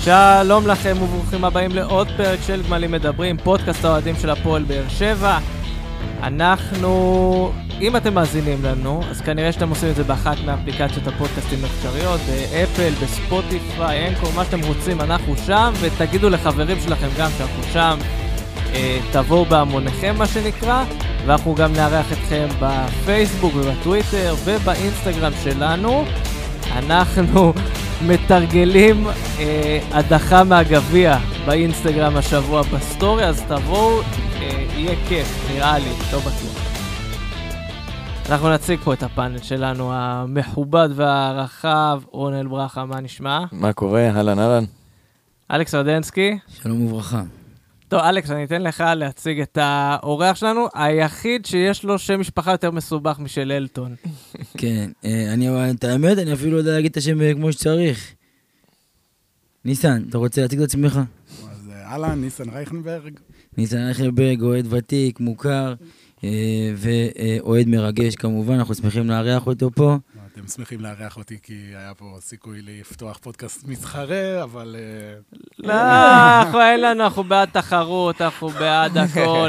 שלום לכם וברוכים הבאים לעוד פרק של גמלים מדברים, פודקאסט האוהדים של הפועל באר שבע. אנחנו, אם אתם מאזינים לנו, אז כנראה שאתם עושים את זה באחת מאפליקציות הפודקאסטים האפשריות, באפל, בספוטיפיי, אנקור, מה שאתם רוצים, אנחנו שם, ותגידו לחברים שלכם גם שאנחנו שם, תבואו בהמוניכם מה שנקרא, ואנחנו גם נארח אתכם בפייסבוק ובטוויטר ובאינסטגרם שלנו. אנחנו מתרגלים הדחה מהגביע באינסטגרם השבוע בסטורי, אז תבואו, יהיה כיף, נראה לי, לא בטוח. אנחנו נציג פה את הפאנל שלנו המכובד והרחב. רונל ברכה, מה נשמע? מה קורה? אהלן, אהלן. אלכס רדנסקי. שלום וברכה. טוב, אלכס, אני אתן לך להציג את האורח שלנו, היחיד שיש לו שם משפחה יותר מסובך משל אלטון. כן, את האמת, אני אפילו לא יודע להגיד את השם כמו שצריך. ניסן, אתה רוצה להציג את עצמך? אז אהלן, ניסן רייכנברג. ניסן רייכנברג, אוהד ותיק, מוכר, ואוהד מרגש כמובן, אנחנו שמחים לארח אותו פה. אתם שמחים לארח אותי כי היה פה סיכוי לפתוח פודקאסט מסחרה, אבל... לא, אין לנו, אנחנו בעד תחרות, אנחנו בעד הכל.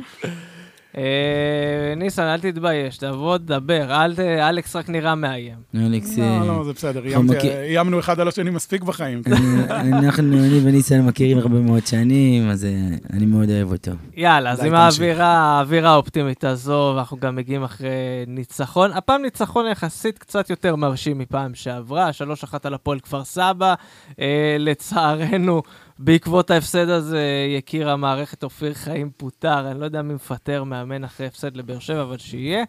ניסן, אל תתבייש, תבוא, תדבר, אלכס רק נראה מאיים. אלכס... לא, זה בסדר, איימנו אחד על השני מספיק בחיים. אני וניסן מכירים הרבה מאוד שנים, אז אני מאוד אוהב אותו. יאללה, אז עם האווירה האופטימית הזו, ואנחנו גם מגיעים אחרי ניצחון. הפעם ניצחון יחסית קצת יותר מרשים מפעם שעברה, 3-1 על הפועל כפר סבא, לצערנו, בעקבות ההפסד הזה יקיר המערכת אופיר חיים פוטר, אני לא יודע מי מפטר מאמן אחרי הפסד לבאר שבע, אבל שיהיה.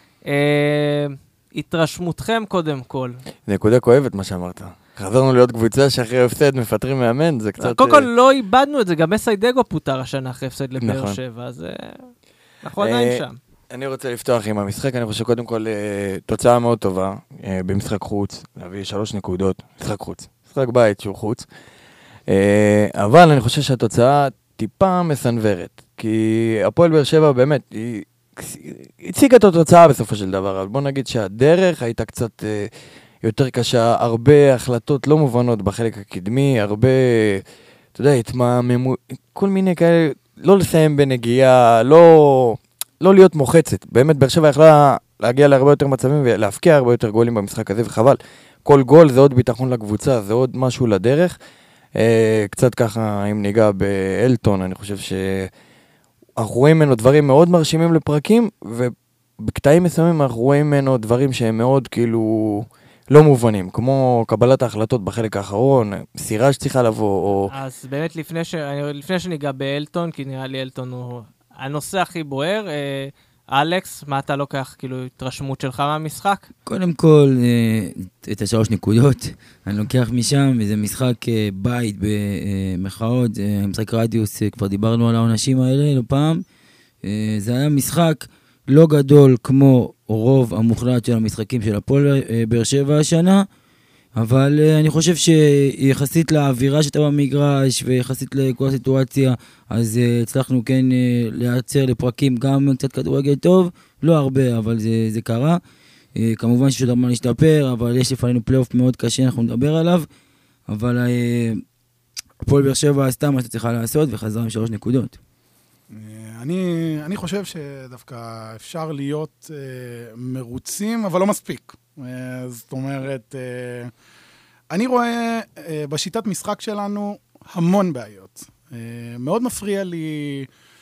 התרשמותכם קודם כל. נקודה כואבת מה שאמרת. חזרנו להיות קבוצה שאחרי הפסד מפטרים מאמן, זה קצת... קודם כל לא איבדנו את זה, גם מסיידגו פוטר השנה אחרי הפסד לבאר שבע, אז אנחנו עדיין שם. אני רוצה לפתוח עם המשחק, אני חושב קודם כל תוצאה מאוד טובה, במשחק חוץ, להביא 3 נקודות, משחק חוץ, משחק בית שהוא חוץ. אבל אני חושב שהתוצאה טיפה מסנוורת, כי הפועל באר שבע באמת, היא הציגה את התוצאה בסופו של דבר, אבל בוא נגיד שהדרך הייתה קצת יותר קשה, הרבה החלטות לא מובנות בחלק הקדמי, הרבה, אתה יודע, כל מיני כאלה, לא לסיים בנגיעה, לא להיות מוחצת. באמת באר שבע יכלה להגיע להרבה יותר מצבים ולהפקיע הרבה יותר גולים במשחק הזה, וחבל. כל גול זה עוד ביטחון לקבוצה, זה עוד משהו לדרך. קצת ככה, אם ניגע באלטון, אני חושב שאנחנו רואים ממנו דברים מאוד מרשימים לפרקים, ובקטעים מסוימים אנחנו רואים ממנו דברים שהם מאוד כאילו לא מובנים, כמו קבלת ההחלטות בחלק האחרון, סירה שצריכה לבוא, או... אז באמת לפני שניגע באלטון, כי נראה לי אלטון הוא הנושא הכי בוער, אלכס, מה אתה לוקח, כאילו, התרשמות שלך מהמשחק? קודם כל, את 3 נקודות, אני לוקח משם, וזה משחק בית במחאות, משחק רדיוס, כבר דיברנו על העונשים האלה לא פעם, זה היה משחק לא גדול כמו רוב המוחלט של המשחקים של הפועל באר שבע השנה, אבל אני חושב שיחסית לאווירה שאתה במגרש, ויחסית לכל הסיטואציה, אז הצלחנו כן לייצר לפרקים גם קצת כדורגל טוב, לא הרבה, אבל זה קרה. כמובן שיש עוד מה להשתפר, אבל יש לפנינו פלייאוף מאוד קשה, אנחנו נדבר עליו, אבל הפועל באר שבע עשתה מה שצריכה לעשות, וחזרה עם 3 נקודות. אני חושב שדווקא אפשר להיות מרוצים, אבל לא מספיק. זאת אומרת, אני רואה בשיטת משחק שלנו המון בעיות. מאוד מפריע לי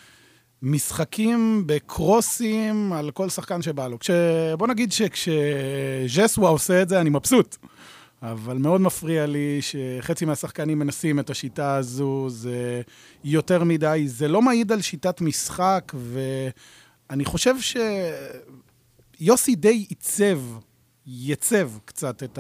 משחקים בקרוסים על כל שחקן שבא לו. בוא נגיד שכשז'סווה עושה את זה, אני מבסוט. אבל מאוד מפריע לי שחצי מהשחקנים מנסים את השיטה הזו, זה יותר מדי, זה לא מעיד על שיטת משחק, ואני חושב שיוסי די ייצב קצת את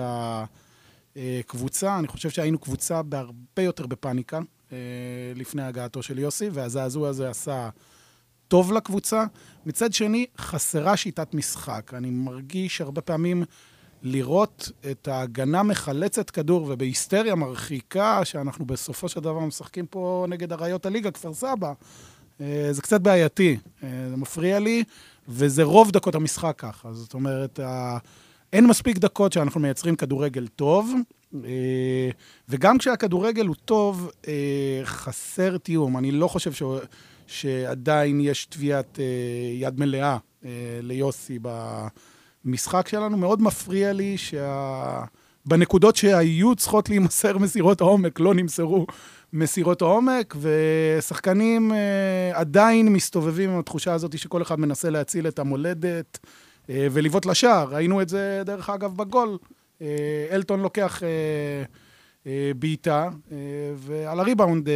הקבוצה, אני חושב שהיינו קבוצה בהרבה יותר בפאניקה לפני הגעתו של יוסי, והזעזוע הזה עשה טוב לקבוצה. מצד שני, חסרה שיטת משחק. אני מרגיש הרבה פעמים לראות את ההגנה מחלצת כדור ובהיסטריה מרחיקה, שאנחנו בסופו של דבר משחקים פה נגד הרעיות הליגה, כפר סבא. זה קצת בעייתי, זה מפריע לי, וזה רוב דקות המשחק ככה. זאת אומרת, אין מספיק דקות שאנחנו מייצרים כדורגל טוב, וגם כשהכדורגל הוא טוב, חסר תיאום. אני לא חושב שעדיין יש תביעת יד מלאה ליוסי במשחק שלנו. מאוד מפריע לי בנקודות שהיו צריכות להימסר מסירות העומק, לא נמסרו מסירות העומק, ושחקנים עדיין מסתובבים עם התחושה הזאת שכל אחד מנסה להציל את המולדת ולבעוט לשער. ראינו את זה דרך אגב בגול. אלטון לוקח בעיטה, ועל הריבאונד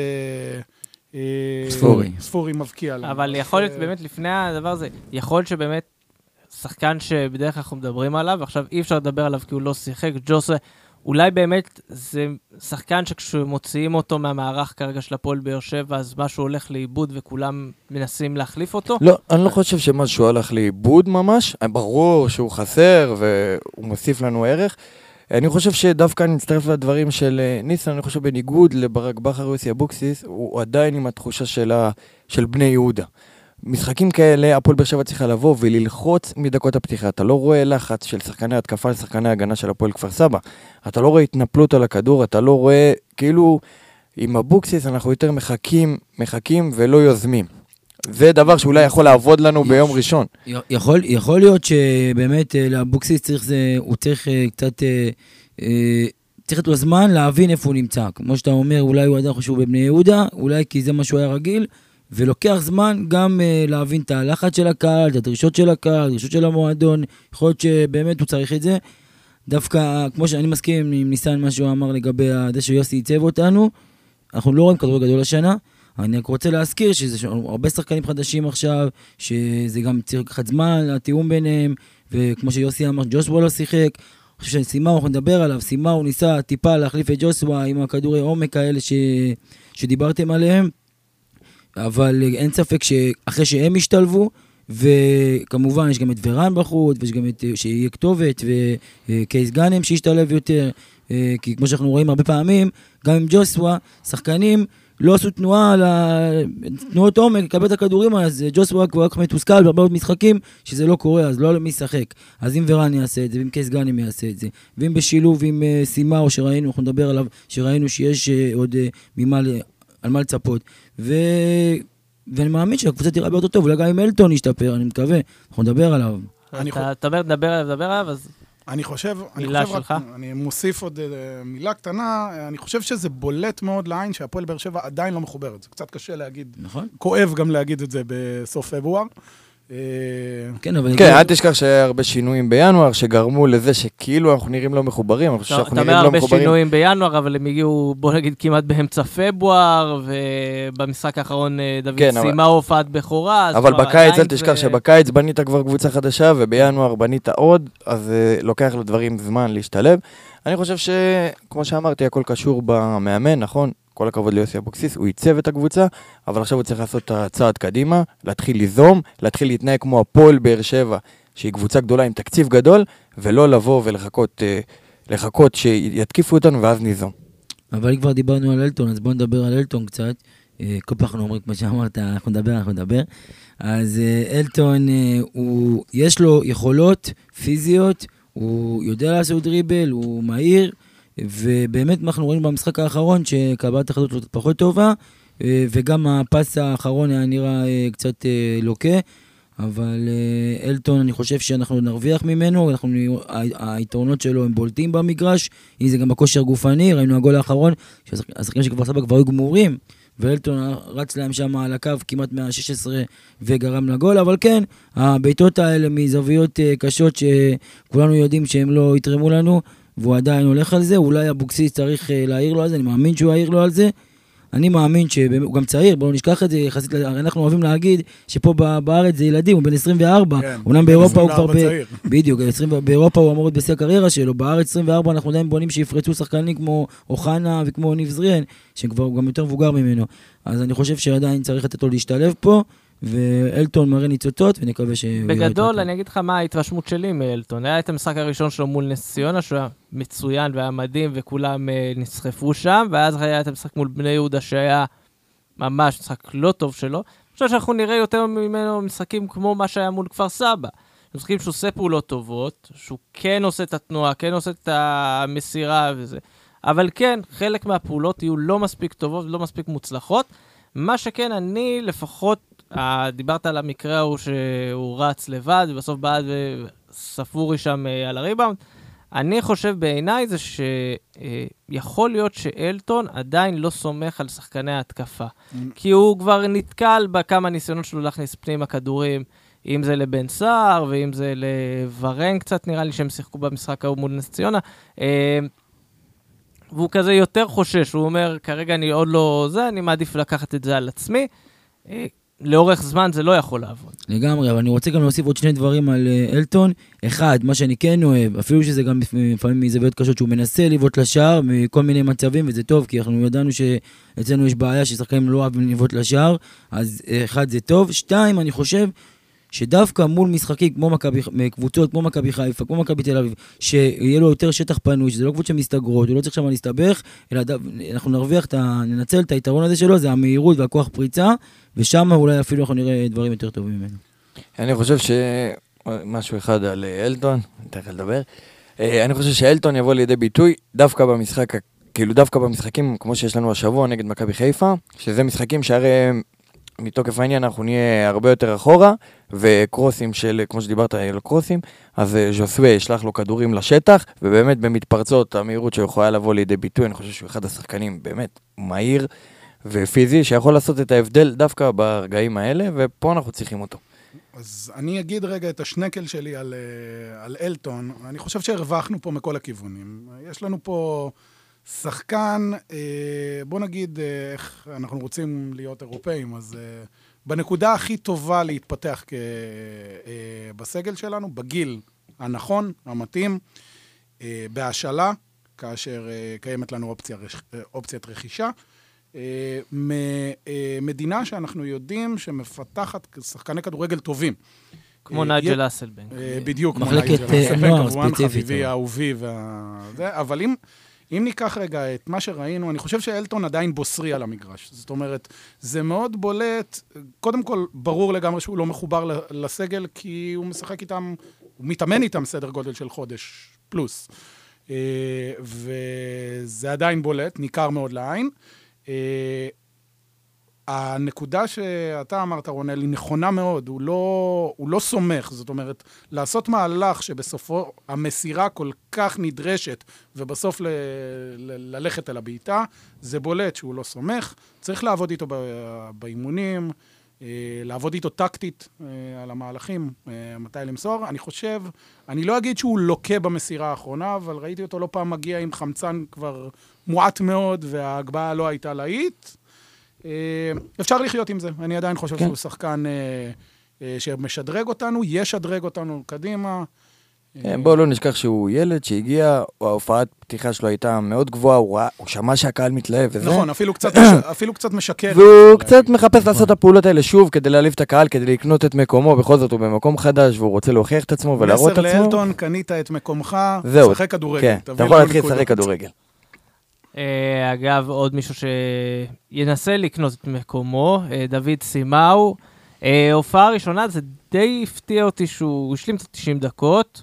ספורי מבקיע. אבל יכול להיות באמת לפני הדבר הזה, יכול להיות שבאמת שחקן שבדרך כלל אנחנו מדברים עליו, ועכשיו אי אפשר לדבר עליו כי הוא לא שיחק, ג'וסווה, אולי באמת זה שחקן שכשמוציאים אותו מהמערך כרגע של הפועל באר שבע, אז משהו הולך לאיבוד וכולם מנסים להחליף אותו? לא, אני לא חושב שמשהו הולך לאיבוד ממש, ברור שהוא חסר והוא מוסיף לנו ערך. אני חושב שדווקא אני מצטרף לדברים של ניסן, אני חושב בניגוד לברק בכר ויוסי אבוקסיס, הוא עדיין עם התחושה של בני יהודה. משחקים כאלה, הפועל באר שבע צריכה לבוא וללחוץ מדקות הפתיחה. אתה לא רואה לחץ של שחקני התקפה לשחקני הגנה של הפועל כפר סבא. אתה לא רואה התנפלות על הכדור, אתה לא רואה, כאילו, עם אבוקסיס אנחנו יותר מחכים ולא יוזמים. זה דבר שאולי יכול לעבוד לנו ביום ראשון. יכול להיות שבאמת לאבוקסיס הוא צריך קצת, צריך לו זמן להבין איפה הוא נמצא. כמו שאתה אומר, אולי הוא עדיין חשוב בבני יהודה, אולי כי זה מה שהוא היה רגיל, ולוקח זמן גם להבין את הלחץ של הקהל, את הדרישות של הקהל, הדרישות של המועדון, יכול להיות שבאמת הוא צריך את זה. דווקא, כמו שאני מסכים עם ניסן מה שהוא אמר לגבי זה שיוסי ייצב אותנו, אנחנו לא רואים כדורגל גדול השנה, אני רק רוצה להזכיר שזה הרבה שחקנים חדשים עכשיו, שזה גם צריך לקחת זמן, התיאום ביניהם, וכמו שיוסי אמר, ג'וסווה לא שיחק, אני חושב שסימאו, אנחנו נדבר עליו, סימאו ניסה טיפה להחליף את ג'וסווה עם הכדורי עומק האלה שדיברתם עליהם, אבל אין ספק שאחרי שהם השתלבו, וכמובן יש גם את ורן בחוץ, ויש גם את שיהיה כתובת, וקייס גאנם שישתלב יותר, כי כמו שאנחנו רואים הרבה פעמים, גם עם ג'וסווה, שחקנים לא עשו תנועות עומק, לקבל את הכדורים, אז ג'וסווה כבר כך מתוסכל, בהרבה מאוד משחקים, שזה לא קורה, אז לא למי ישחק. אז אם ורן יעשה את זה, ואם קייס גאנם יעשה את זה, ואם בשילוב עם סימאו שראינו, אנחנו נדבר עליו, שראינו שיש עוד על מה לצפות, ואני מאמין שהקבוצה תראה באותו טוב, אולי גם עם אלטון ישתפר, אני מקווה, אנחנו נדבר עליו. תדבר עליו, אז אני מוסיף עוד מילה קטנה, אני חושב שזה בולט מאוד לעין שהפועל באר שבע עדיין לא מחוברת, זה קצת קשה להגיד, כואב גם להגיד את זה בסוף פברואר. כן, אל תשכח שהיה הרבה שינויים בינואר שגרמו לזה שכאילו אנחנו נראים לא מחוברים. אתה אומר הרבה שינויים בינואר, אבל הם הגיעו, בוא נגיד, כמעט באמצע פברואר, ובמשחק האחרון דוד סיימה הופעת בכורה. אבל בקיץ, אל תשכח שבקיץ בנית כבר קבוצה חדשה, ובינואר בנית עוד, אז לוקח לדברים זמן להשתלב. אני חושב שכמו שאמרתי, הכל קשור במאמן, נכון? כל הכבוד ליוסי אבוקסיס, הוא ייצב את הקבוצה, אבל עכשיו הוא צריך לעשות את הצעד קדימה, להתחיל ליזום, להתחיל להתנהג כמו הפועל באר שבע, שהיא קבוצה גדולה עם תקציב גדול, ולא לבוא ולחכות שיתקיפו אותנו ואז ניזום. אבל כבר דיברנו על אלטון, אז בואו נדבר על אלטון קצת. כל פעם אנחנו אומרים, כמו שאמרת, אנחנו נדבר. אז אלטון, יש לו יכולות פיזיות, הוא יודע לעשות דריבל, הוא מהיר, ובאמת אנחנו רואים במשחק האחרון שקבלת החלטות פחות טובה, וגם הפס האחרון היה נראה קצת לוקה, אבל אלטון אני חושב שאנחנו נרוויח ממנו, היתרונות שלו הם בולטים במגרש, אם זה גם בכושר גופני, ראינו הגול האחרון, שהשחקנים שכבר סבא כבר היו גמורים, ואלטון רץ להם שם על הקו כמעט 116 וגרם לגול, אבל כן, הביתות האלה מזוויות קשות שכולנו יודעים שהם לא יתרמו לנו, והוא עדיין הולך על זה, אולי אבוקסיס צריך להעיר לו על זה, אני מאמין שהוא יעיר לו על זה, אני מאמין שהוא גם צעיר, בואו נשכח את זה, יחסית, אנחנו אוהבים להגיד שפה בארץ זה ילדים, הוא בן 24, אומנם באירופה הוא כבר בדיוק, באירופה הוא אמור להיות בשיא הקריירה שלו, בארץ 24 אנחנו עדיין בונים שיפרצו שחקנים כמו אוחנה וכמו ניב זריאן, שכבר גם יותר מבוגר ממנו, אז אני חושב שעדיין צריך לתת לו להשתלב פה, ואלטון מראה ניצוצות, ונקווה בגדול, אני אגיד לך מה ההתרשמות שלי מאלטון. היה את המשחק הראשון שלו מול נס ציונה, שהוא היה מצוין והיה מדהים, וכולם נסחפו שם, ואז היה את המשחק מול בני יהודה, שהיה ממש משחק לא טוב שלו. אני חושב שאנחנו נראה יותר ממנו משחקים כמו מה שהיה מול כפר סבא. משחקים שהוא עושה פעולות טובות, שהוא כן עושה את התנועה, כן עושה את המסירה וזה. אבל כן, חלק מהפעולות יהיו לא מספיק טובות, לא מספיק מוצלחות. מה שכן, אני לפחות, דיברת על המקרה ההוא שהוא רץ לבד, ובסוף בעד וספורי שם על הריבאונד. אני חושב בעיניי זה שיכול להיות שאלטון עדיין לא סומך על שחקני ההתקפה. כי הוא כבר נתקל בכמה ניסיונות שלו להכניס פנימה כדורים, אם זה לבן סער, ואם זה לוורן קצת, נראה לי שהם שיחקו במשחק ההוא מול נס ציונה. והוא כזה יותר חושש, הוא אומר, כרגע אני עוד לא זה, אני מעדיף לקחת את זה על עצמי. לאורך זמן זה לא יכול לעבוד. לגמרי, אבל אני רוצה גם להוסיף עוד שני דברים על אלטון. אחד, מה שאני כן אוהב, אפילו שזה גם לפעמים מזוויות קשות, שהוא מנסה לבעוט לשער מכל מיני מצבים, וזה טוב, כי אנחנו ידענו שאצלנו יש בעיה ששחקנים לא אוהבים לבעוט לשער, אז אחד זה טוב. שתיים, אני חושב שדווקא מול משחקים כמו קבוצות, כמו מכבי חיפה, כמו מכבי תל אביב, שיהיה לו יותר שטח פנוי, שזה לא קבוצות שמסתגרות, הוא לא צריך שם להסתבך, אלא אנחנו ננצל את היתרון הזה שלו, זה המהירות והכוח פריצה, ושם אולי אפילו אנחנו נראה דברים יותר טובים ממנו. אני חושב שמשהו אחד על אלטון, תכף לדבר, אני חושב שאלטון יבוא לידי ביטוי דווקא במשחק, כאילו דווקא במשחקים כמו שיש לנו השבוע נגד מכבי חיפה, שזה משחקים שהרי מתוקף העניין אנחנו נהיה הרבה יותר אחורה, וקרוסים של, כמו שדיברת על קרוסים, אז ז'וסווה ישלח לו כדורים לשטח, ובאמת במתפרצות המהירות שיכולה לבוא לידי ביטוי, אני חושב שהוא אחד השחקנים באמת מהיר ופיזי, שיכול לעשות את ההבדל דווקא ברגעים האלה, ופה אנחנו צריכים אותו. אז אני אגיד רגע את השנקל שלי על אלטון. אני חושב שהרווחנו פה מכל הכיוונים. יש לנו פה שחקן, בוא נגיד איך אנחנו רוצים להיות אירופאים, אז בנקודה הכי טובה להתפתח בסגל שלנו, בגיל הנכון, המתאים, בהשאלה, כאשר קיימת לנו אופציית רכישה, מדינה שאנחנו יודעים שמפתחת שחקני כדורגל טובים. כמו נייג'ל אסלבנק. בדיוק, כמו מחלקת נוער ספציפית. חביבי, אהובי, אבל אם ניקח רגע את מה שראינו, אני חושב שאלטון עדיין בוסרי על המגרש. זאת אומרת, זה מאוד בולט, קודם כל ברור לגמרי שהוא לא מחובר לסגל, כי הוא משחק איתם, הוא מתאמן איתם סדר גודל של חודש פלוס. וזה עדיין בולט, ניכר מאוד לעין. הנקודה שאתה אמרת, רונל, היא נכונה מאוד, הוא לא סומך, זאת אומרת, לעשות מהלך שבסופו המסירה כל כך נדרשת, ובסוף ללכת אל הבעיטה, זה בולט שהוא לא סומך, צריך לעבוד איתו באימונים, לעבוד איתו טקטית על המהלכים, מתי למסור. אני לא אגיד שהוא לוקה במסירה האחרונה, אבל ראיתי אותו לא פעם מגיע עם חמצן כבר מועט מאוד, וההגבהה לא הייתה להיט. אפשר לחיות עם זה. אני עדיין חושב שהוא שחקן שמשדרג אותנו, ישדרג אותנו קדימה. בואו לא נשכח שהוא ילד שהגיע, ההופעת פתיחה שלו הייתה מאוד גבוהה, הוא שמע שהקהל מתלהב וזה. נכון, אפילו קצת משקר. והוא קצת מחפש לעשות את הפעולות האלה שוב, כדי להעליב את הקהל, כדי לקנות את מקומו, בכל זאת הוא במקום חדש, והוא רוצה להוכיח את עצמו ולהראות את עצמו. מסר לאלטון, קנית את מקומך, שחק כדורגל. כן, אתה יכול להתחיל לשחק כדורגל. אגב, עוד מישהו שינסה לקנות את מקומו, דוד סימאו. הופעה ראשונה, זה די הפתיע אותי שהוא השלים את 90 דקות.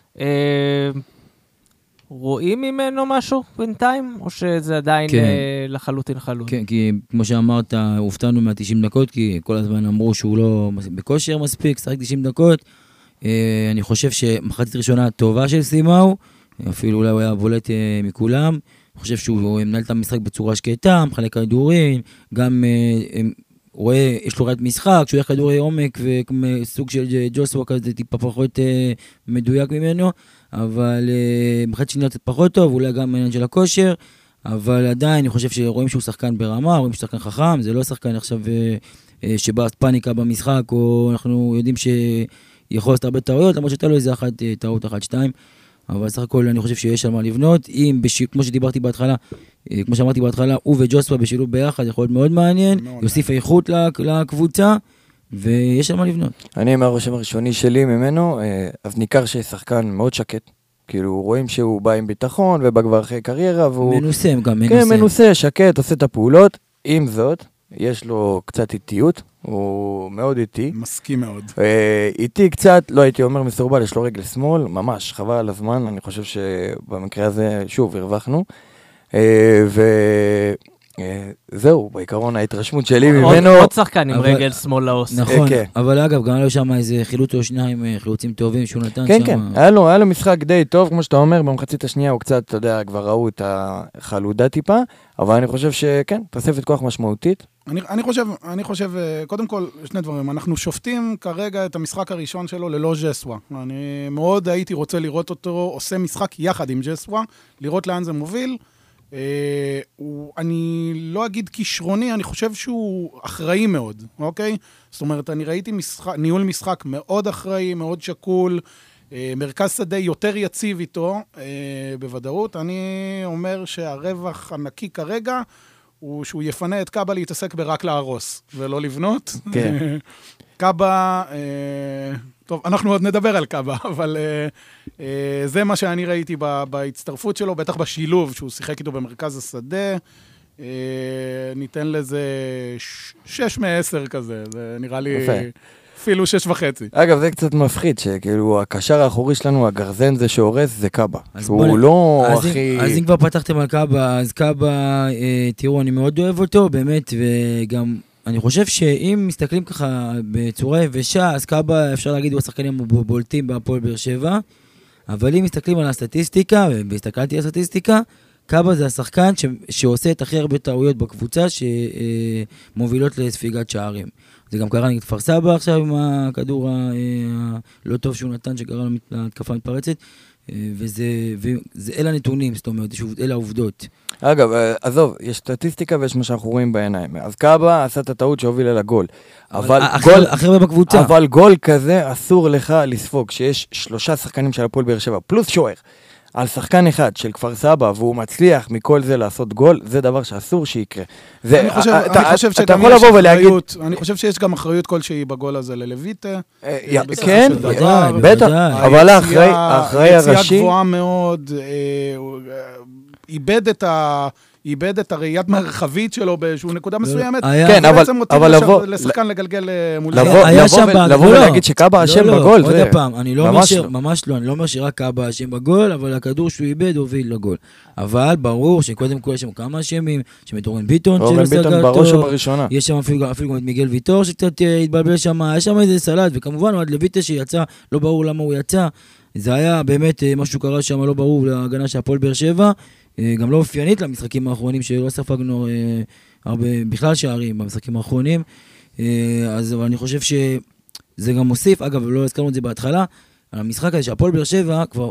רואים ממנו משהו בינתיים, או שזה עדיין לחלוטין חלוט? כן, כי כמו שאמרת, הופתענו מה-90 דקות, כי כל הזמן אמרו שהוא לא בכושר מספיק, שחק 90 דקות. אני חושב שמחצית ראשונה טובה של סימאו, אפילו אולי הוא היה בולט מכולם. אני חושב שהוא מנהל את המשחק בצורה שקטה, מחלק כדורים, גם רואה, יש לו ראיית משחק, שהוא הולך כדורי עומק, וסוג של ג'וסווה כזה טיפה פחות מדויק ממנו, אבל מחצית שנייה קצת פחות טוב, אולי גם מעניין של הכושר, אבל עדיין אני חושב שרואים שהוא שחקן ברמה, רואים שהוא שחקן חכם, זה לא שחקן עכשיו שבא פאניקה במשחק, או אנחנו יודעים שיכול לעשות הרבה טעויות, למרות שאתה לא איזה טעות 1-2, אבל סך הכל אני חושב שיש על מה לבנות, כמו שדיברתי בהתחלה, כמו שאמרתי בהתחלה, הוא וג'וסווה בשילוב ביחד, יכול להיות מאוד מעניין, יוסיף איכות לקבוצה, ויש על מה לבנות. אני מהרושם הראשוני שלי ממנו, אז ניכר ששחקן מאוד שקט, כאילו רואים שהוא בא עם ביטחון, ובא כבר אחרי קריירה, והוא... מנוסה גם, מנוסה. כן, מנוסה, שקט, עושה את הפעולות, עם זאת, יש לו קצת איטיות, הוא מאוד איטי. מסכים מאוד. איטי קצת, לא הייתי אומר מסורבל, יש לו רגל שמאל, ממש, חבל על הזמן, אני חושב שבמקרה הזה, שוב, הרווחנו. וזהו, בעיקרון ההתרשמות שלי ממנו... עוד שחקן עם רגל שמאל לאוס. נכון, אבל אגב, גם היה שם איזה חילוץ או שניים, חילוצים טובים שהוא נתן כן, שם. כן, היה לו משחק די טוב, כמו שאתה אומר, במחצית השנייה הוא קצת, אתה יודע, כבר ראו את החלודה טיפה, אבל אני חושב שכן, תוספת כוח משמעותית. אני חושב, קודם כל, שני דברים. אנחנו שופטים כרגע את המשחק הראשון שלו ללא ג'סווה. אני מאוד הייתי רוצה לראות אותו עושה משחק יחד עם ג'סווה, לראות לאן זה מוביל. אני לא אגיד כישרוני, אני חושב שהוא אחראי מאוד, אוקיי? זאת אומרת, אני ראיתי ניהול משחק מאוד אחראי, מאוד שקול, מרכז שדה יותר יציב איתו, בוודאות. אני אומר שהרווח הנקי כרגע, הוא שהוא יפנה את קאבה להתעסק ברק להרוס, ולא לבנות. כן. קאבה, טוב, אנחנו עוד נדבר על קאבה, אבל זה מה שאני ראיתי בהצטרפות שלו, בטח בשילוב, שהוא שיחק איתו במרכז השדה, ניתן לזה 6 מ-10 כזה, זה נראה לי אפילו 6.5. אגב, זה קצת מפחיד, שכאילו הקשר האחורי שלנו, הגרזן זה שהורס, זה קאבה. הוא לא הכי... אז אם כבר פתחתם על קאבה, אז קאבה, תראו, אני מאוד אוהב אותו, באמת, וגם... אני חושב שאם מסתכלים ככה בצורה יבשה, אז קאבה אפשר להגיד הוא השחקנים הבולטים בהפועל באר שבע, אבל אם מסתכלים על הסטטיסטיקה, והסתכלתי על הסטטיסטיקה, קאבה זה השחקן שעושה את הכי הרבה טעויות בקבוצה שמובילות לספיגת שערים. זה גם קרה נגד כפר סבא עכשיו עם הכדור הלא טוב שהוא נתן שקרה להתקפה מתפרצת, וזה אלה הנתונים, זאת אומרת, אלה העובדות. אגב, עזוב, יש סטטיסטיקה ויש מה שאנחנו רואים בעיניים. אז קאבה עשה את הטעות שהובילה לגול. הכי הרבה בקבוצה. אבל גול כזה אסור לך לספוג, שיש 3 שחקנים של הפועל באר שבע, פלוס שוער, על שחקן אחד של כפר סבא, והוא מצליח מכל זה לעשות גול, זה דבר שאסור שיקרה. אני חושב שיש גם אחריות כלשהי בגול הזה ללויטה. כן, בטח, אבל האחראי הראשי... יציאה גבוהה מאוד, איבד את הראיית מרחבית שלו באיזשהו נקודה מסוימת. כן, אבל לשחקן לגלגל מול... לבוא ולהגיד שקאבה אשם בגול. עוד פעם, אני ממש לא, אני לא אומר שרק קאבה אשם בגול, אבל הכדור שהוא איבד הוביל לגול. אבל ברור שקודם כל יש שם כמה אשמים, שם את אורן ביטון, בראש ובראשונה. יש שם אפילו גם את מיגל ויטור שקצת התבלבל שם, יש שם איזה סלט, וכמובן עוד לויטה שיצא, לא ברור למה הוא יצא. זה היה באמת משהו קרה שם לא ברור להגנה של הפועל באר שבע, גם לא אופיינית למשחקים האחרונים, שלא ספגנו הרבה בכלל שערים במשחקים האחרונים, אז אני חושב שזה גם מוסיף, אגב, לא הזכרנו את זה בהתחלה, על המשחק הזה שהפועל באר שבע כבר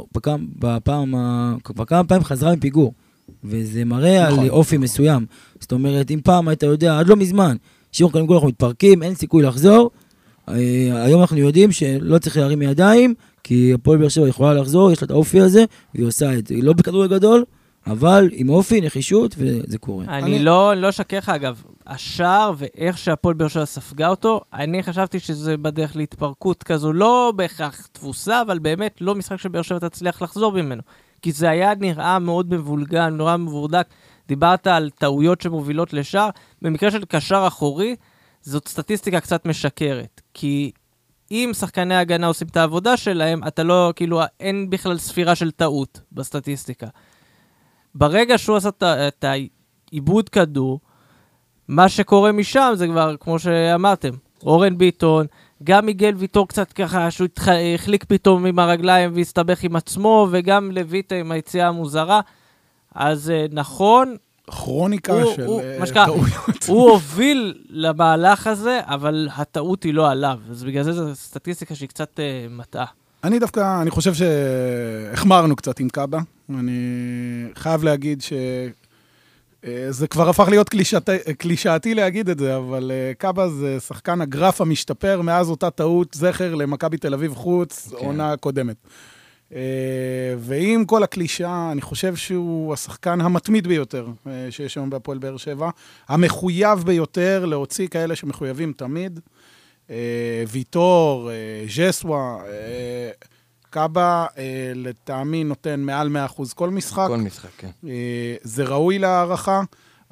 כמה פעמים חזרה מפיגור, וזה מראה על אופי מסוים. זאת אומרת, אם פעם היית יודע, עד לא מזמן, שיעור קודם כל אנחנו מתפרקים, אין סיכוי לחזור, היום אנחנו יודעים שלא צריך להרים מידיים, כי הפועל באר שבע יכולה לחזור, יש לה את האופי הזה, והיא עושה את זה. היא לא בכדורגל גדול, אבל עם אופי, נחישות, וזה קורה. אני לא אשכח, אגב, השער ואיך שהפועל באר שבע ספגה אותו, אני חשבתי שזה בדרך להתפרקות כזו, לא בהכרח תפוסה, אבל באמת לא משחק שבאר שבע תצליח לחזור ממנו. כי זה היה נראה מאוד מבולגן, נורא מבורדק. דיברת על טעויות שמובילות לשער. במקרה של קשר אחורי, זאת סטטיסטיקה קצת משקרת. כי אם שחקני ההגנה עושים את העבודה שלהם, אתה לא, כאילו, אין בכלל ספירה של טעות בסטטיסטיקה. ברגע שהוא עשה את העיבוד כדור, מה שקורה משם זה כבר, כמו שאמרתם, אורן ביטון, גם מיגל ויטור קצת ככה, שהוא החליק פתאום עם הרגליים והסתבך עם עצמו, וגם לויטה עם היציאה המוזרה. אז נכון, כרוניקה של טעויות. הוא הוביל למהלך הזה, אבל הטעות היא לא עליו. אז בגלל זה זו סטטיסטיקה שהיא קצת מטעה. אני חושב שהחמרנו קצת עם קאבה. אני חייב להגיד שזה כבר הפך להיות קלישאתי להגיד את זה, אבל קאבה זה שחקן הגרף המשתפר מאז אותה טעות זכר למכבי תל אביב חוץ, עונה קודמת. ועם כל הקלישה, אני חושב שהוא השחקן המתמיד ביותר שיש היום בהפועל באר שבע, המחויב ביותר להוציא כאלה שמחויבים תמיד, ויטור, ז'סווה, קאבה לטעמי נותן מעל 100% כל משחק. כל משחק, כן. זה ראוי להערכה.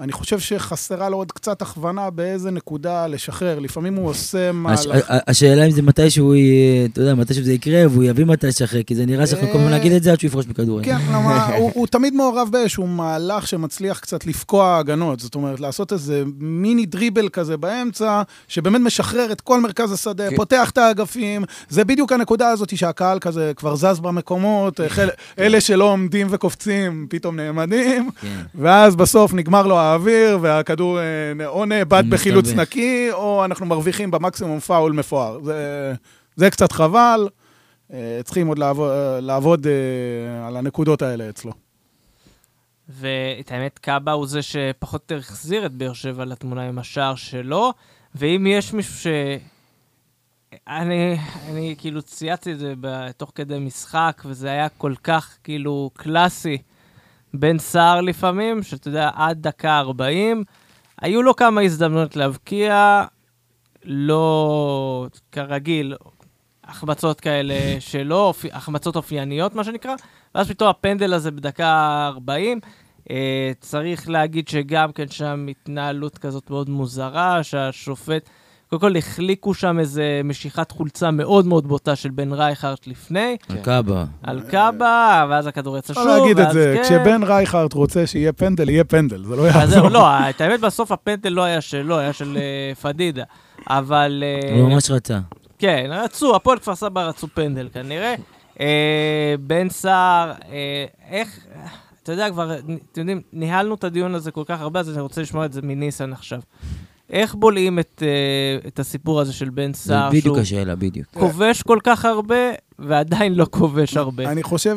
אני חושב שחסרה לו עוד קצת הכוונה באיזה נקודה לשחרר. לפעמים הוא עושה השאלה אם זה מתישהו, אתה יודע, מתישהו זה יקרה, והוא יביא מתי לשחרר, כי זה נראה שאנחנו כל הזמן להגיד את זה עד שהוא יפרוש מכדורים. כן, הוא תמיד מעורב באיזשהו מהלך שמצליח קצת לפקוע הגנות. זאת אומרת, לעשות איזה מיני דריבל כזה באמצע, שבאמת משחרר את כל מרכז השדה, פותח את האגפים. זה בדיוק הנקודה הזאת שהקהל כזה כבר זז במקומות, אלה שלא עומדים וקופצים, פתאום נעמדים, ואז בסוף נגמר לו האוויר, והכדור או נאבד בחילוץ נקי, או אנחנו מרוויחים במקסימום פאול מפואר. זה קצת חבל, צריכים עוד לעבוד על הנקודות האלה אצלו. ואת האמת, קאבה הוא זה שפחות יותר החזיר את באר שבע לתמונה עם השער שלו, ואם יש מישהו אני כאילו צייצתי את זה בתוך כדי משחק, וזה היה כל כך כאילו קלאסי, בן סער לפעמים, שאתה יודע, עד דקה 40, היו לו כמה הזדמנות להבקיע, לא כרגיל, החמצות כאלה שלו, החמצות אופייניות, מה שנקרא, ואז פתאום הפנדל הזה בדקה 40, צריך להגיד שגם כן שם התנהלות כזאת מאוד מוזרה, שהשופט, קודם כל החליקו שם איזה משיכת חולצה מאוד מאוד בוטה של בן רייכרט לפני. על קאבה. על קאבה, ואז הכדור יצא שוב. לא להגיד את זה, כשבן רייכרט רוצה שיהיה פנדל, יהיה פנדל, זה לא יעזור. לא, את האמת בסוף הפנדל לא היה שלו, היה של פדידה. אבל... הוא ממש רצה. כן, רצו, הפועל כפר סבא רצו פנדל כנראה. בן סער, איך... אתה יודע, כבר, אתם יודעים, ניהלנו את הדיון הזה כל כך הרבה, אז אני רוצה לשמוע את זה מניסן עכשיו. איך בולעים את הסיפור הזה של בן סער? זה בדיוק השאלה, בדיוק. כובש כל כך הרבה, ועדיין לא כובש הרבה. אני חושב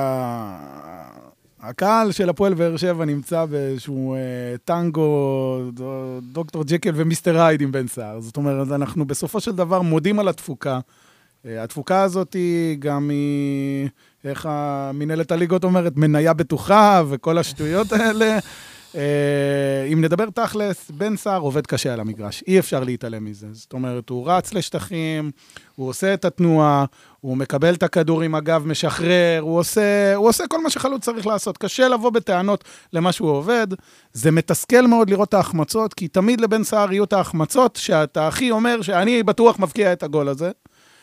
שהקהל של הפועל באר שבע נמצא באיזשהו טנגו, דוקטור ג'קל ומיסטר הייד עם בן סער. זאת אומרת, אנחנו בסופו של דבר מודים על התפוקה. התפוקה הזאת היא גם איך המנהלת הליגות אומרת, מניה בטוחה וכל השטויות האלה. אם נדבר תכלס, בן סער עובד קשה על המגרש, אי אפשר להתעלם מזה. זאת אומרת, הוא רץ לשטחים, הוא עושה את התנועה, הוא מקבל את הכדור עם הגב, משחרר, הוא עושה כל מה שחלוץ צריך לעשות. קשה לבוא בטענות למה שהוא עובד. זה מתסכל מאוד לראות את ההחמצות, כי תמיד לבן סער יהיו את ההחמצות, שאתה הכי אומר שאני בטוח מבקיע את הגול הזה.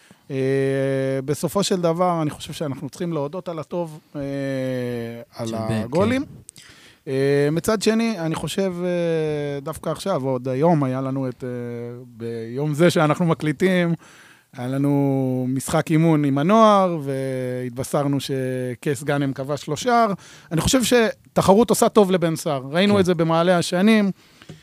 בסופו של דבר, אני חושב שאנחנו צריכים להודות על הטוב, על הגולים. מצד שני, אני חושב, דווקא עכשיו, עוד היום היה לנו ביום זה שאנחנו מקליטים, היה לנו משחק אימון עם הנוער, והתבשרנו שקייס גאנם כבש 3 שער. אני חושב שתחרות עושה טוב לבן סער. ראינו את זה במעלה השנים.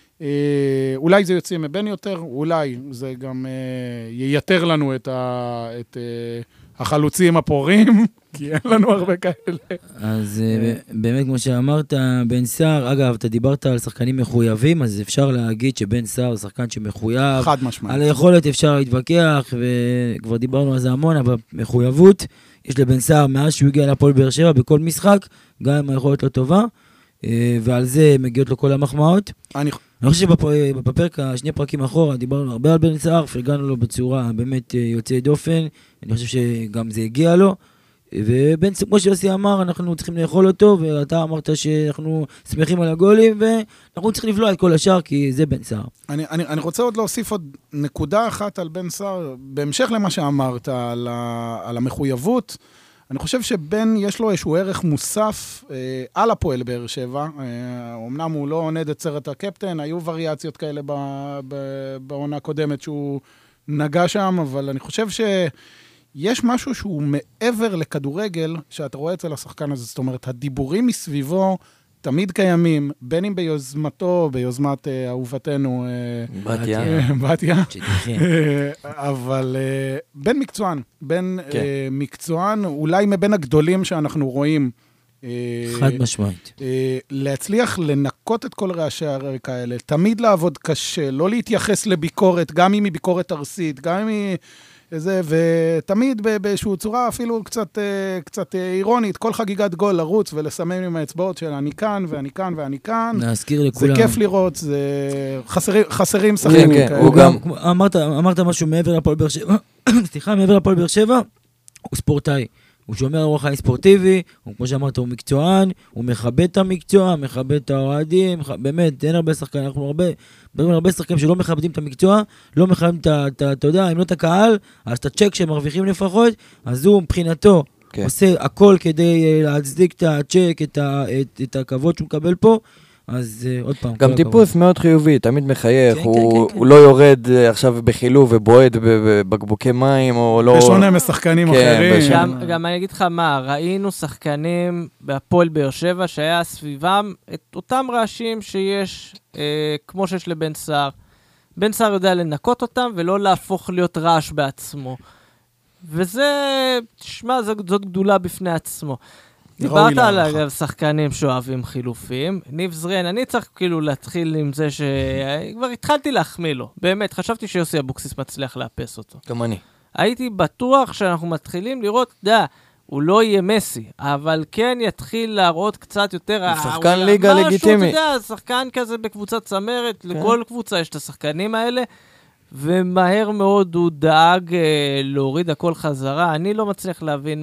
אולי זה יוצא מבן יותר, אולי זה גם ייתר לנו את החלוצים הפורים, כי אין לנו הרבה כאלה. אז באמת, כמו שאמרת, בן סער, אגב, אתה דיברת על שחקנים מחויבים, אז אפשר להגיד שבן סער הוא שחקן שמחויב. חד משמעית. על היכולת אפשר להתווכח, וכבר דיברנו על זה המון, אבל מחויבות, יש לבן סער מאז שהוא הגיע לפועל באר שבע בכל משחק, גם עם היכולת לא טובה, ועל זה מגיעות לו כל המחמאות. אני חושב שבפרק, 2 פרקים אחורה, דיברנו הרבה על בן סער, פרגנו לו בצורה באמת יוצאת דופן, אני חושב שגם זה הגיע לו, ובן סער, כמו שיוסי אמר, אנחנו צריכים לאכול אותו, ואתה אמרת שאנחנו שמחים על הגולים, ואנחנו צריכים לבלוע את כל השאר, כי זה בן סער. אני רוצה עוד להוסיף עוד נקודה אחת על בן סער, בהמשך למה שאמרת על המחויבות, אני חושב שבן יש לו איזשהו ערך מוסף על הפועל באר שבע, אמנם הוא לא עונד את סרט הקפטן, היו וריאציות כאלה בעונה הקודמת שהוא נגע שם, אבל אני חושב שיש משהו שהוא מעבר לכדורגל, שאתה רואה אצל השחקן הזה, זאת אומרת, הדיבורים מסביבו תמיד קיימים, בין אם ביוזמתו, ביוזמת אהובתנו, בתיה, אבל בין מקצוען, מקצוען, אולי מבין הגדולים שאנחנו רואים, חד משמעית. להצליח לנקות את כל רעשי הרקע האלה, תמיד לעבוד קשה, לא להתייחס לביקורת, גם אם היא ביקורת ארסית, גם אם היא איזה, ותמיד באיזושהי צורה אפילו קצת אירונית, כל חגיגת גול לרוץ ולסמן עם האצבעות של אני כאן ואני כאן ואני כאן. להזכיר לכולם. זה כיף לראות, זה חסרים שחקנים כאלה. הוא גם, אמרת משהו מעבר לפועל באר שבע, סליחה, מעבר לפועל באר שבע, הוא ספורטאי. הוא שומר על אורח חיים ספורטיבי, הוא כמו שאמרת, הוא מקצוען, הוא מכבד את המקצוע, מכבד את האוהדים, באמת, אין הרבה שחקנים, אנחנו מדברים על הרבה שחקנים שלא מכבדים את המקצוע, לא מכבדים אתה יודע, אם לא את הקהל, אז את הצ'ק שהם מרוויחים לפחות, אז הוא מבחינתו עושה הכל כדי להצדיק את הצ'ק, את הכבוד שהוא מקבל פה, אז עוד פעם. גם טיפוס מאוד חיובי, תמיד מחייך, הוא לא יורד עכשיו בחילוב ובועד בבקבוקי מים, או לא... בשונה משחקנים אחרים. גם אני אגיד לך מה, ראינו שחקנים בהפועל באר שבע, שהיה סביבם את אותם רעשים שיש, כמו שיש לבן סער. בן סער יודע לנקות אותם, ולא להפוך להיות רעש בעצמו. וזה, תשמע, זאת גדולה בפני עצמו. דיברת על שחקנים שאוהבים חילופים. ניב זריאן, אני צריך כאילו להתחיל עם זה שכבר התחלתי להחמיא לו. באמת, חשבתי שיוסי אבוקסיס מצליח לאפס אותו. גם אני. הייתי בטוח שאנחנו מתחילים לראות, הוא לא יהיה מסי, אבל כן יתחיל להראות קצת יותר... שחקן ליגה לגיטימי. שחקן כזה בקבוצת צמרת, לכל קבוצה יש את השחקנים האלה, ומהר מאוד הוא דאג להוריד הכל חזרה. אני לא מצליח להבין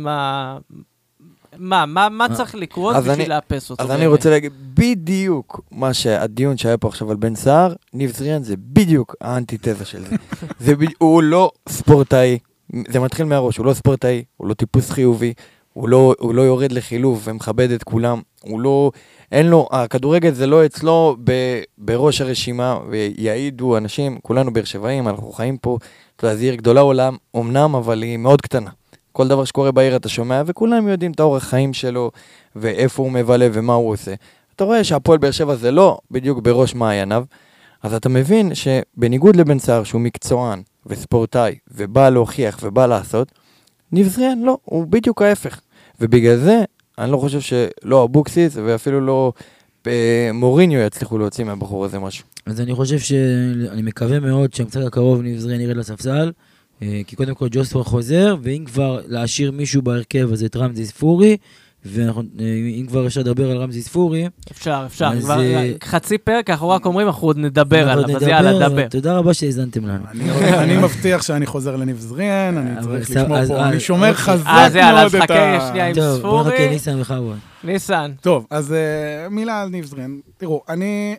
מה צריך לקרות בשביל לאפס אותו. אז אני רוצה להגיד, בדיוק הדיון שהיה פה עכשיו על בן סער, ניב זריאן זה בדיוק האנטיתזה של זה. הוא לא ספורטאי, זה מתחיל מהראש, הוא לא ספורטאי, הוא לא טיפוס חיובי, הוא לא יורד לחילוב ומכבד את כולם, אין לו, הכדורגל זה לא אצלו בראש הרשימה, ויעידו אנשים, כולנו באר שבעים, אנחנו חיים פה, זו עיר גדולה עולם, אמנם, אבל היא מאוד קטנה. כל דבר שקורה בעיר אתה שומע, וכולם יודעים את האורח חיים שלו, ואיפה הוא מבלה ומה הוא עושה. אתה רואה שהפועל באר שבע זה לא בדיוק בראש מעייניו, אז אתה מבין שבניגוד לבן סער, שהוא מקצוען וספורטאי, ובא להוכיח ובא לעשות, ניב זריאן לא, הוא בדיוק ההפך. ובגלל זה, אני לא חושב שלא אבוקסיס, ואפילו לא מוריניו יצליחו להוציא מהבחור הזה משהו. אז אני חושב אני מקווה מאוד שהמצד הקרוב ניב זריאן ירד לספסל, כי קודם כל ג'וסווה חוזר, ואם כבר להשאיר מישהו בהרכב, אז את רמזי ספורי, ואם כבר אפשר לדבר על רמזי ספורי... אפשר, כבר חצי פרק, אנחנו רק אומרים, אנחנו עוד נדבר עליו, אז יאללה, דבר. תודה רבה שהזנתם לנו. אני מבטיח שאני חוזר לניב זריאן, אני צריך לשמור פה, אני שומר חזק מאוד אז יאללה, אז חכה שנייה עם ספורי. טוב, בוא נחכה ניסן וחבון. ניסן. טוב, אז מילה על ניב זריאן. תראו, אני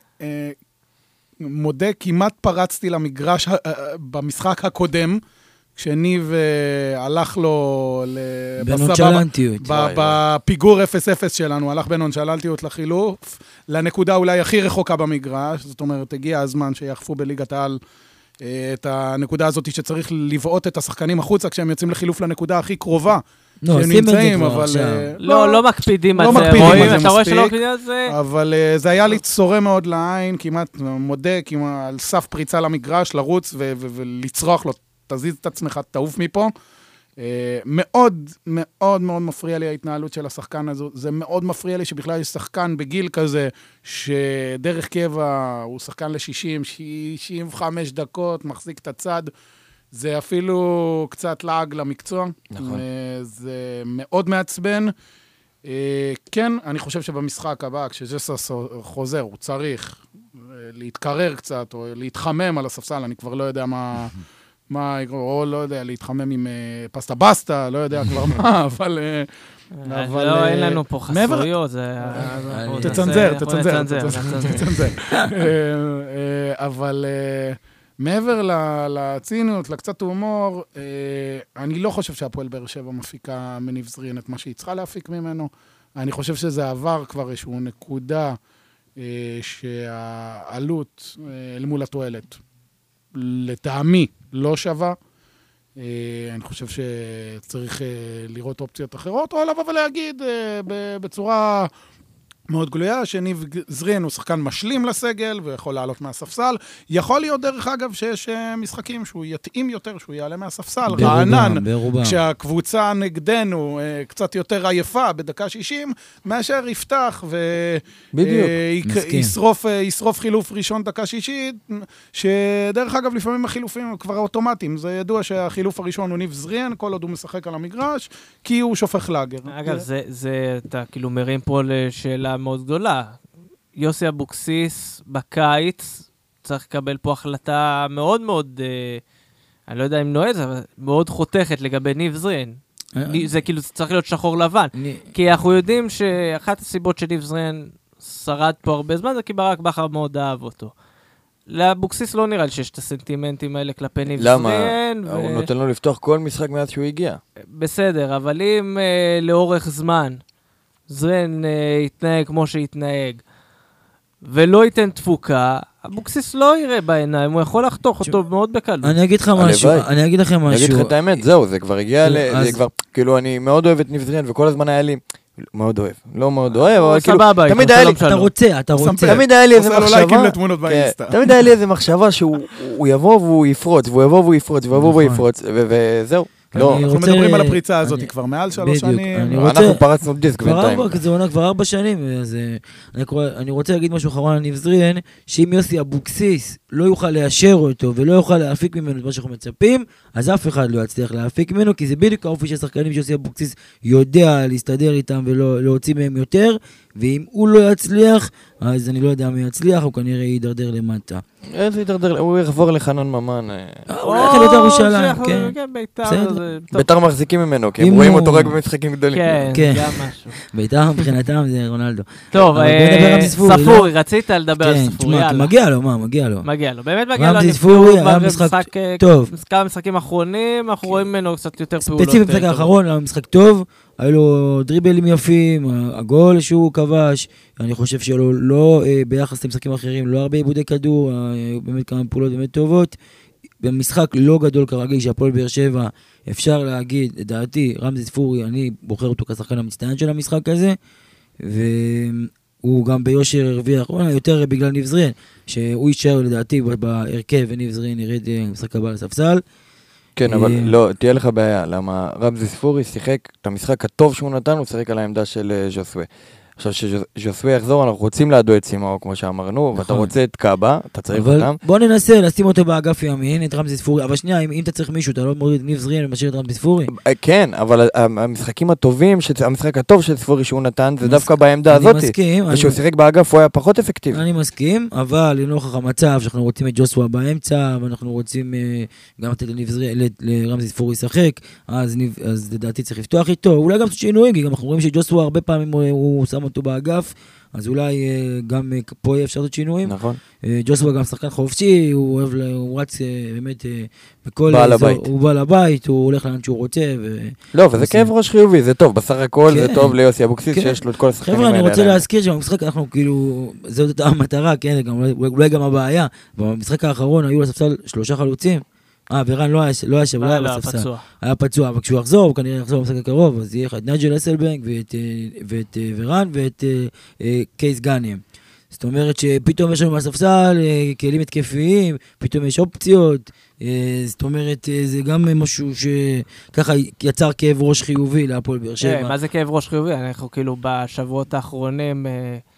מודה, כמעט פרצתי למגרש במשחק הקודם, כשניב הלך לו בנונשלנטיות. בפיגור 0-0 שלנו, הלך בנונשלנטיות לחילוף, לנקודה אולי הכי רחוקה במגרש, זאת אומרת, הגיע הזמן שיחפו בליגת העל את הנקודה הזאת שצריך לבעוט את השחקנים החוצה, כשהם יוצאים לחילוף לנקודה הכי קרובה. שנמצאים, אבל... לא מקפידים על זה, רואים, אתה רואה שלא מקפידים על זה? אבל זה היה לי צורם מאוד לעין, כמעט מודה, כמעט על סף פריצה למגרש, לרוץ ולצרוח לו, תזיז את עצמך, תעוף מפה. מאוד מאוד מאוד מפריע לי ההתנהלות של השחקן הזו, זה מאוד מפריע לי שבכלל יש שחקן בגיל כזה, שדרך קבע הוא שחקן ל-60, 65 דקות, מחזיק את הצד, זה אפילו קצת לעג למקצוע. נכון. זה מאוד מעצבן. כן, אני חושב שבמשחק הבא, כשג'סוס חוזר, הוא צריך להתקרר קצת, או להתחמם על הספסל, אני כבר לא יודע מה, או לא יודע, להתחמם עם פסטה בסטה, לא יודע כבר מה, אבל... לא, אין לנו פה חסויות, זה... תצנזר. אבל מעבר לציניות, לקצת הומור, אני לא חושב שהפועל באר שבע מפיקה מניב זריאן את מה שהיא צריכה להפיק ממנו. אני חושב שזה עבר כבר איזשהו נקודה שהעלות אל מול התועלת לטעמי לא שווה. אני חושב שצריך לראות אופציות אחרות, או לבוא ולהגיד בצורה מאוד גלויה, שניב זריאן הוא שחקן משלים לסגל, ויכול לעלות מהספסל. יכול להיות דרך אגב שיש משחקים שהוא יתאים יותר, שהוא יעלה מהספסל. רענן, כשהקבוצה נגדנו קצת יותר עייפה בדקה 60, מאשר יפתח וישרוף חילוף ראשון דקה 60, שדרך אגב לפעמים החילופים הם כבר אוטומטיים. זה ידוע שהחילוף הראשון הוא ניב זריאן, כל עוד הוא משחק על המגרש, כי הוא שופך לאגר. אגב, אתה כאילו מרים פה לשאלה מאוד גדולה. יוסי אבוקסיס בקיץ צריך לקבל פה החלטה מאוד מאוד, אני לא יודע אם נועז, אבל מאוד חותכת לגבי ניב זריאן. זה כאילו צריך להיות שחור לבן. כי אנחנו יודעים שאחת הסיבות שניב זריאן שרד פה הרבה זמן, זה כי ברק בכר מאוד אהב אותו. לאבוקסיס לא נראה לי שיש את הסנטימנטים האלה כלפי ניב זריאן. למה? הוא נותן לו לפתוח כל משחק מאז שהוא הגיע. בסדר, אבל אם לאורך זמן זריאן יתנהג כמו שיתנהג, ולא ייתן תפוקה, אבוקסיס לא יראה בעיניים, הוא יכול לחתוך אותו מאוד בקלות. אני אגיד לך משהו, אני אגיד לכם משהו. אני אגיד לך את האמת, זהו, זה כבר הגיע, זה כבר, כאילו אני מאוד אוהב את ניב זריאן, וכל הזמן היה לי, מאוד אוהב, לא מאוד אוהב, אבל כאילו, תמיד היה לי, אתה רוצה. תמיד היה לי איזה עושה לו לייקים לתמונות באינסטה. תמיד היה לי איזה מחשבה שהוא יבוא והוא יפרוץ, והוא יפרוץ, וזהו. אנחנו מדברים על הפריצה הזאת כבר מעל 3 שנים. אנחנו פרצנו דיסק בינתיים. זה עונה כבר 4 שנים. אני רוצה להגיד משהו אחרון על ניב זריאן, שאם יוסי אבוקסיס לא יוכל לאשר אותו ולא יוכל להפיק ממנו את מה שאנחנו מצפים, אז אף אחד לא יצליח להפיק ממנו, כי זה בדיוק האופי של שחקנים שיוסי אבוקסיס יודע להסתדר איתם ולהוציא מהם יותר, ואם הוא לא יצליח, אז אני לא יודע מי יצליח, הוא כנראה יידרדר למטה. איזה יידרדר? הוא יחבור לחנן ממן. הוא הולך לבית"ר ירושלים, כן. בית"ר מחזיקים ממנו, כי הם רואים אותו רק במשחקים גדולים. כן, גם משהו. בית"ר מבחינתם זה רונלדו. טוב, ספורי, רצית לדבר על ספורי, יאללה. מגיע לו, מה? מגיע לו. מגיע לו, באמת מגיע לו. רמזי ספורי היה משחק טוב. כמה משחקים אחרונים, אנחנו רואים ממנו קצת יותר פעולות. ספציפית במשחק האחרון, היה משחק טוב, היו לו דריבלים יפים, הגול שהוא כבש, אני חושב שלא, לא ביחס למשחקים אחרים, לא הרבה עיבודי כדור, באמת כמה פעולות באמת טובות. במשחק לא גדול כרגיל שהפועל באר שבע, אפשר להגיד, לדעתי, רמזי ספורי, אני בוחר אותו כשחקן המצטיין של המשחק הזה, והוא גם ביושר הרוויח, יותר בגלל ניב זריאן, שהוא יישאר לדעתי בהרכב, וניב זריאן ירד משחק הבא לספסל. כן, אבל לא, תהיה לך בעיה, למה רמזי ספורי שיחק את המשחק הטוב שהוא נתן, הוא שיחק על העמדה של ז'וסווה. עכשיו שז'וסווה יחזור, אנחנו רוצים לעדו את סימאו, כמו שאמרנו, ואתה רוצה את קאבה, אתה צריך אותם. בוא ננסה לשים אותו באגף ימין, את רמזי ספורי, אבל שנייה, אם אתה צריך מישהו, אתה לא מוריד ניב זריאן ומשאיר את רמזי ספורי? כן, אבל המשחקים הטובים, המשחק הטוב של ספורי שהוא נתן, זה דווקא בעמדה הזאת. ושהוא שיחק באגף, הוא היה פחות אפקטיבי. אני מסכים, אבל לנוכח המצב שאנחנו רוצים את ג'וסווה באמצע, ואנחנו רוצים גם לתת לרמזי ספורי לשחק, אז לדעתי צריך לפתוח איתו. אולי גם שינוי, כי גם אנחנו רואים שג'וסווה הרבה פעמים הוא שם אותו באגף, אז אולי גם פה יהיה אפשר לעשות שינויים. נכון. ג'וסווה גם שחקן חופשי, הוא רץ באמת בכל... בעל הבית. הוא בעל הבית, הוא הולך לאן שהוא רוצה. לא, וזה כאב ראש חיובי, זה טוב, בסך הכל זה טוב ליוסי אבוקסיס, שיש לו את כל השחקנים האלה. חבר'ה, אני רוצה להזכיר שבמשחק אנחנו כאילו, זאת המטרה, כן, אולי גם הבעיה. במשחק האחרון היו לספסל 3 חלוצים. ורן לא היה שם, לא היה בספסל. היה פצוע, אבל כשהוא יחזור, הוא כנראה יחזור במשחק הקרוב, אז יהיה לך את נייג'ל אסלבנק ואת ורן ואת קייס גאנם. זאת אומרת שפתאום יש לנו מהספסל כלים התקפיים, פתאום יש אופציות, זאת אומרת זה גם משהו שככה יצר כאב ראש חיובי להפועל באר שבע. מה זה כאב ראש חיובי? אנחנו כאילו בשבועות האחרונים...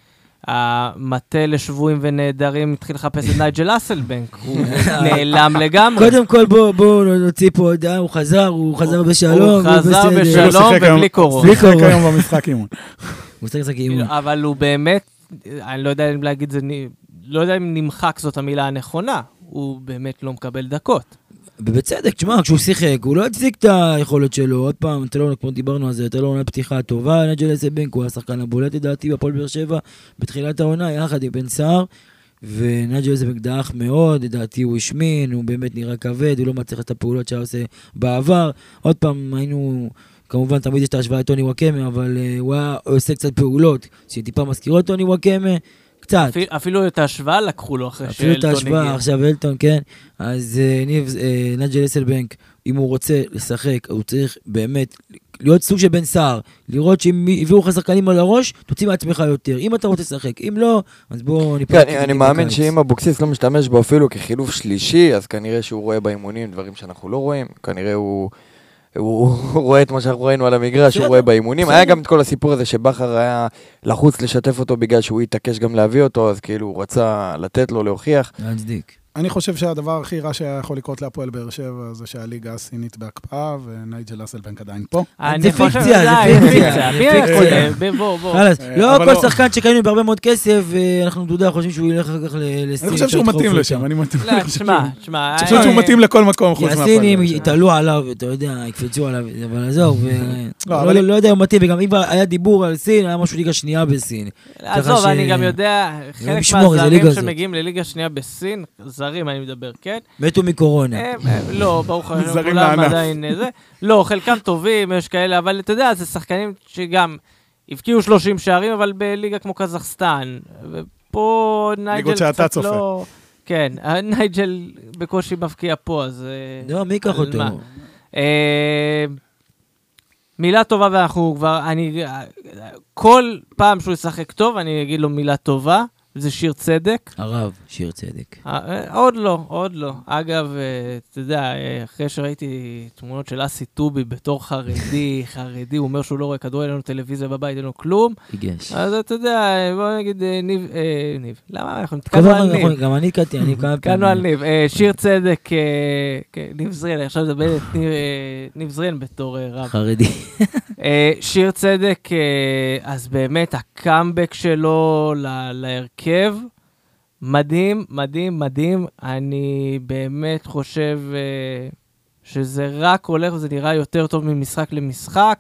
המטה לשבויים ונהדרים התחיל לחפש את נייג'ל אסלבנק, הוא נעלם לגמרי. קודם כל בואו נוציא פה הודעה, הוא חזר בשלום. הוא חזר בשלום ובלי קורונה. הוא שיחק היום במשחק אימון. הוא שיחק אימון. אבל הוא באמת, אני לא יודע אם להגיד זה, לא יודע אם נמחק זאת המילה הנכונה, הוא באמת לא מקבל דקות. ובצדק, תשמע, כשהוא שיחק, הוא לא הצדיק את היכולת שלו, עוד פעם, כמו דיברנו על זה, אתה לא עונה פתיחה טובה, נייג'ל אסלבנק, הוא היה שחקן הבולט לדעתי בפועל באר שבע, בתחילת העונה, יחד עם בן סער, ונייג'ל אסלבנק דאח מאוד, לדעתי הוא השמין, הוא באמת נראה כבד, הוא לא מצליח את הפעולות שהיה עושה בעבר, עוד פעם היינו... כמובן, תמיד יש את ההשוואה לטוני וואקמה, אבל הוא עושה קצת פעולות, שטיפה מזכירות טוני וואקמה, קצת. אפילו את ההשוואה לקחו לו אחרי שאלטון הגיע. אפילו את ההשוואה, עכשיו אלטון, כן. אז נייג'ל אסלבנק, אם הוא רוצה לשחק, הוא צריך באמת להיות סוג של בן סער, לראות שאם הביאו לך שחקנים על הראש, תוציא מעצמך יותר. אם אתה רוצה לשחק, אם לא, אז בואו ניפרד. כן, אני מאמין שאם אבוקסיס לא משתמש בו אפילו כחילוף שלישי, אז כנראה שהוא רואה באימונים דברים שאנחנו לא רואים. כנראה הוא רואה את מה שאנחנו ראינו על המגרש, הוא רואה באימונים. היה גם את כל הסיפור הזה שבכר היה לחוץ לשתף אותו בגלל שהוא יתעקש גם להביא אותו, אז כאילו הוא רצה לתת לו להוכיח. להצדיק. אני חושב שהדבר הכי רע שיכול לקרות להפועל באר שבע זה שהליגה הסינית בהקפאה, ונייג'ל אסלבנק עדיין פה. אני זה חושב, פיקציה, זה פיקציה. בוא. לא כל שחקן שקנינו בהרבה מאוד כסף, אנחנו דודה חושבים שהוא ילך אחר כך לסין. אני חושב שהוא מתאים לשם, אני חושב שהוא מתאים לכל מקום חוץ מהפועל. הסינים יתעלו עליו, אתה יודע, יקפצו עליו, אבל עזוב, לא יודע אם מתאים, וגם אם היה דיבור על סין, היה משהו ליגה שנייה בסין. עזוב, אני גם יודע, חלק מהזרים שמגיעים לליגה שנייה בסין, זרים אני מדבר, כן? מתו מקורונה. לא, ברוך השם, כולם עדיין זה. לא, חלקם טובים, יש כאלה, אבל אתה יודע, זה שחקנים שגם הבקיעו 30 שערים, אבל בליגה כמו קזחסטן. ופה נייג'ל קצת לא... כן, נייג'ל בקושי מבקיע פה, אז... לא, מי ייקח אותו? מילה טובה, ואנחנו כבר... כל פעם שהוא ישחק טוב, אני אגיד לו מילה טובה. זה שיר צדק. הרב, שיר צדק. עוד לא. אגב, אתה יודע, אחרי שראיתי תמונות של אסי טובי בתור חרדי, הוא אומר שהוא לא רואה כדור, אין לנו טלוויזיה בבית, אין לנו כלום. היגש. אז אתה יודע, בוא נגיד ניב. למה אנחנו נתקענו על ניב? גם אני קראתי, אני נתקענו על ניב. שיר צדק, ניב זריאן, עכשיו מדבר את ניב זריאן בתור רב. חרדי. שיר צדק, אז באמת הקאמבק שלו להרכב, מדהים. אני באמת חושב שזה רק הולך וזה נראה יותר טוב ממשחק למשחק.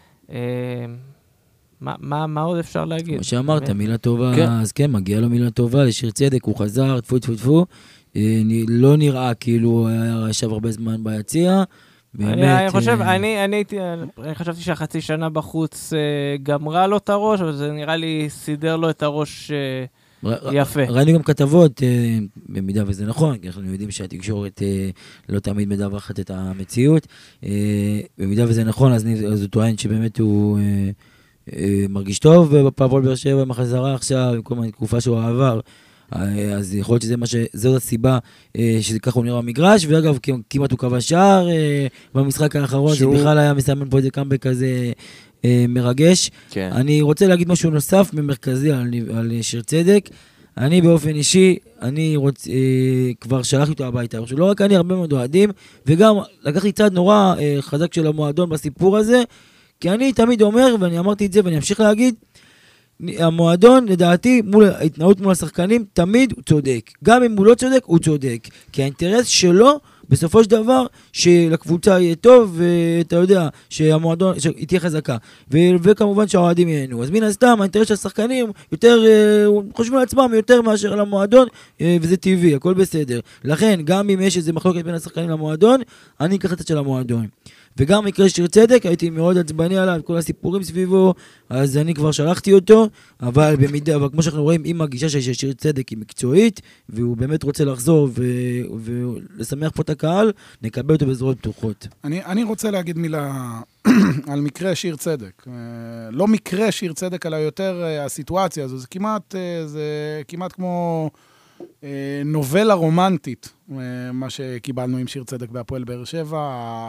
מה עוד אפשר להגיד? כמו שאמרת, מילה טובה, אז כן, מגיע לו מילה טובה, לשיר צדק, הוא חזר, טפו. לא נראה כאילו היה ישב הרבה זמן ביציע. אני חושב, אני חשבתי שהחצי שנה בחוץ גמרה לו את הראש, אבל זה נראה לי סידר לו את הראש יפה. ראינו גם כתבות, במידה וזה נכון, כי אנחנו יודעים שהתקשורת לא תמיד מדווחת את המציאות. במידה וזה נכון, אז הוא טוען שבאמת הוא מרגיש טוב בפועל באר שבע עם החזרה עכשיו, עם כל מיני תקופה שהוא עבר. אז יכול להיות שזו הסיבה שזה ככה הוא נראה במגרש, ואגב כמעט הוא קבע שער במשחק האחרון, שבכלל היה מסמן פה איזה קאמבק כזה מרגש. אני רוצה להגיד משהו נוסף ממרכזי על שיר צדק. אני באופן אישי, כבר שלחתי אותו הביתה, לא רק אני, הרבה מאוד אוהדים, וגם לקחתי צעד נורא חזק של המועדון בסיפור הזה, כי אני תמיד אומר, ואני אמרתי את זה ואני אמשיך להגיד, המועדון, לדעתי, ההתנהלות מול השחקנים, תמיד הוא צודק. גם אם הוא לא צודק, הוא צודק. כי האינטרס שלו, בסופו של דבר, שלקבוצה יהיה טוב, ואתה יודע, שהמועדון, שהיא תהיה חזקה. וכמובן שהאוהדים ייהנו. אז מן הסתם, האינטרס של השחקנים, יותר, חושבים על עצמם יותר מאשר על המועדון, וזה טבעי, הכל בסדר. לכן, גם אם יש איזה מחלוקת בין השחקנים למועדון, אני אקח את הצד של המועדון. וגם מקרה שיר צדק, הייתי מאוד עצבני עליו, כל הסיפורים סביבו, אז אני כבר שלחתי אותו, אבל כמו שאנחנו רואים, עם הגישה של שיר צדק היא מקצועית, והוא באמת רוצה לחזור ולשמח פה את הקהל, נקבל אותו בזרועות פתוחות. אני רוצה להגיד מילה על מקרה שיר צדק. לא מקרה שיר צדק, אלא יותר הסיטואציה הזו. זה כמעט כמו נובלה רומנטית, מה שקיבלנו עם שיר צדק בהפועל באר שבע,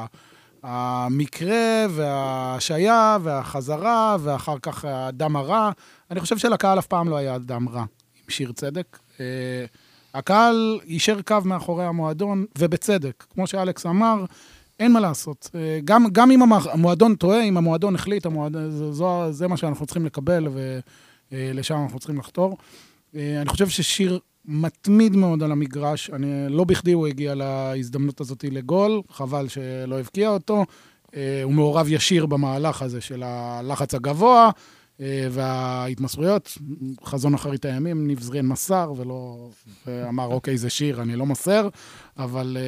המקרה והשעיה והחזרה ואחר כך הדם הרע. אני חושב שלקהל אף פעם לא היה דם רע עם שיר צדק. הקהל יישר קו מאחורי המועדון, ובצדק. כמו שאלכס אמר, אין מה לעשות. גם אם המועדון טועה, אם המועדון החליט, זה מה שאנחנו צריכים לקבל, ולשם אנחנו צריכים לחתור. אני חושב ששיר מתמיד מאוד על המגרש, לא בכדי הוא הגיע להזדמנות הזאת לגול, חבל שלא הבקיע אותו, הוא מעורב ישיר במהלך הזה של הלחץ הגבוה, וההתמסרויות, חזון אחרית הימים, ניב זריאן מסר, ולא אמר, אוקיי, זה שיר, אני לא מסר, אבל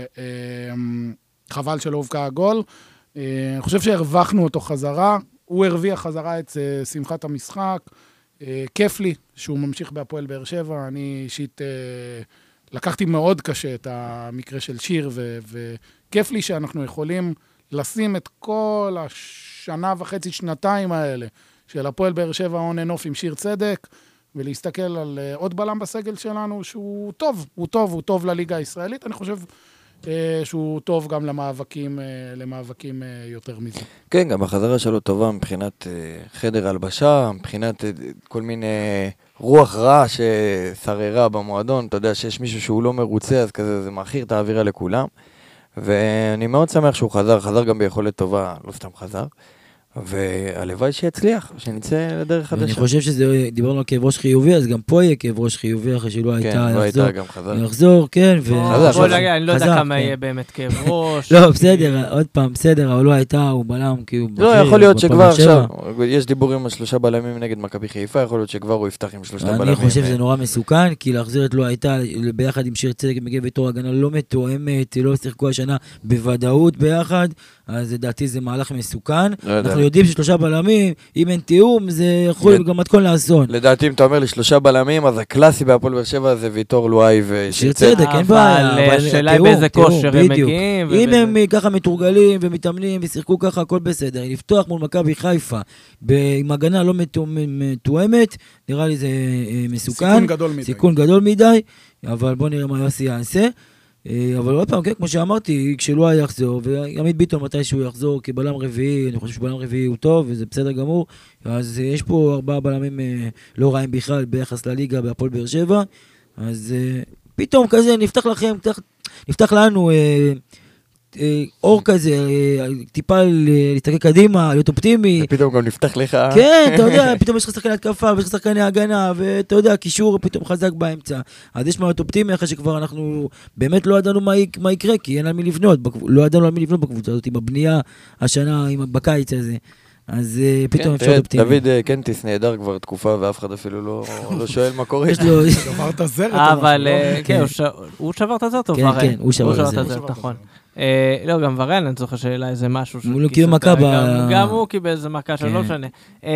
חבל שלא הובקע הגול. אני חושב שהרווחנו אותו חזרה, הוא הרוויח חזרה את שמחת המשחק, כיף לי שהוא ממשיך בהפועל באר שבע, אני אישית לקחתי מאוד קשה את המקרה של שיר, וכיף לי שאנחנו יכולים לשים את כל השנה וחצי, שנתיים האלה, של הפועל באר שבע און אנ אוף עם שיר צדק, ולהסתכל על עוד בלם בסגל שלנו, שהוא טוב, הוא טוב לליגה הישראלית, אני חושב שהוא טוב גם למאבקים יותר מזה. כן, גם החזרה שלו טובה מבחינת חדר הלבשה, מבחינת כל מיני רוח רע ששררה במועדון, אתה יודע שיש מישהו שהוא לא מרוצה, אז כזה זה מאחיר את האווירה לכולם. ואני מאוד שמח שהוא חזר גם ביכולת טובה, לא סתם חזר. והלוואי שיצליח, שנצא לדרך חדשה. אני חושב שזה, דיברנו על כאב ראש חיובי, אז גם פה יהיה כאב ראש חיובי, אחרי שלא הייתה, יחזור, כן, בוא נגיד, אני לא יודע כמה יהיה באמת כאב ראש. לא, בסדר, עוד פעם, בסדר, אבל לא הייתה, הוא בלם, כי הוא... לא, יכול להיות שכבר עכשיו, יש דיבורים על 3 בלמים נגד מכבי חיפה, יכול להיות שכבר הוא יפתח עם 3 בלמים. אני חושב שזה נורא מסוכן, כי להחזיר את לא הייתה, ביחד עם שיר צדק מגיע בתור הגנה לא מתואמת, לא שיחקו השנה בוודאות ביחד, אז לדעתי זה מהלך מסוכן. אנחנו יודעים ש3 בלמים, אם אין תיאום, זה יכול גם מתכון לאסון. לדעתי, אם אתה אומר לי 3 בלמים, אז הקלאסי בהפועל באר שבע זה ויטור לואי ושיר צדק, אין בעיה. אבל השאלה היא באיזה כושר הם מגיעים. אם הם ככה מתורגלים ומתאמנים ושיחקו ככה, הכל בסדר. לפתוח מול מכבי חיפה, עם הגנה לא מתואמת, נראה לי זה מסוכן. סיכון גדול מדי, אבל בוא נראה מה יוסי יעשה. אבל עוד פעם, כן, כמו שאמרתי, כשלא היה יחזור, ועמית ביטון מתי שהוא יחזור כבלם רביעי, אני חושב שבלם רביעי הוא טוב, וזה בסדר גמור, אז יש פה 4 בלמים לא רעים בכלל ביחס לליגה בהפועל באר שבע, אז פתאום כזה נפתח לנו אור כזה, טיפה להסתכל קדימה, להיות אופטימי. ופתאום גם נפתח לך. כן, אתה יודע, פתאום יש לך שחקני התקפה, ויש לך שחקני הגנה, ואתה יודע, קישור פתאום חזק באמצע. אז יש להיות אופטימי, אחרי שכבר אנחנו באמת לא ידענו מה יקרה, כי אין על מי לבנות, לא ידענו על מי לבנות בקבוצה הזאת, בבנייה השנה, בקיץ הזה. אז פתאום אפשר להיות אופטימי. דוד קנטיס נהדר כבר תקופה, ואף אחד אפילו לא שואל מה קורה. יש לו... שבר את הזרת. אבל כן, הוא שבר את הזרת, כן, כן, הוא שבר את הזרת, נכון. לא, גם ורן, אני זוכר שאלה איזה משהו. הוא לא קיבל מכה גם הוא קיבל איזה מכה שלא משנה.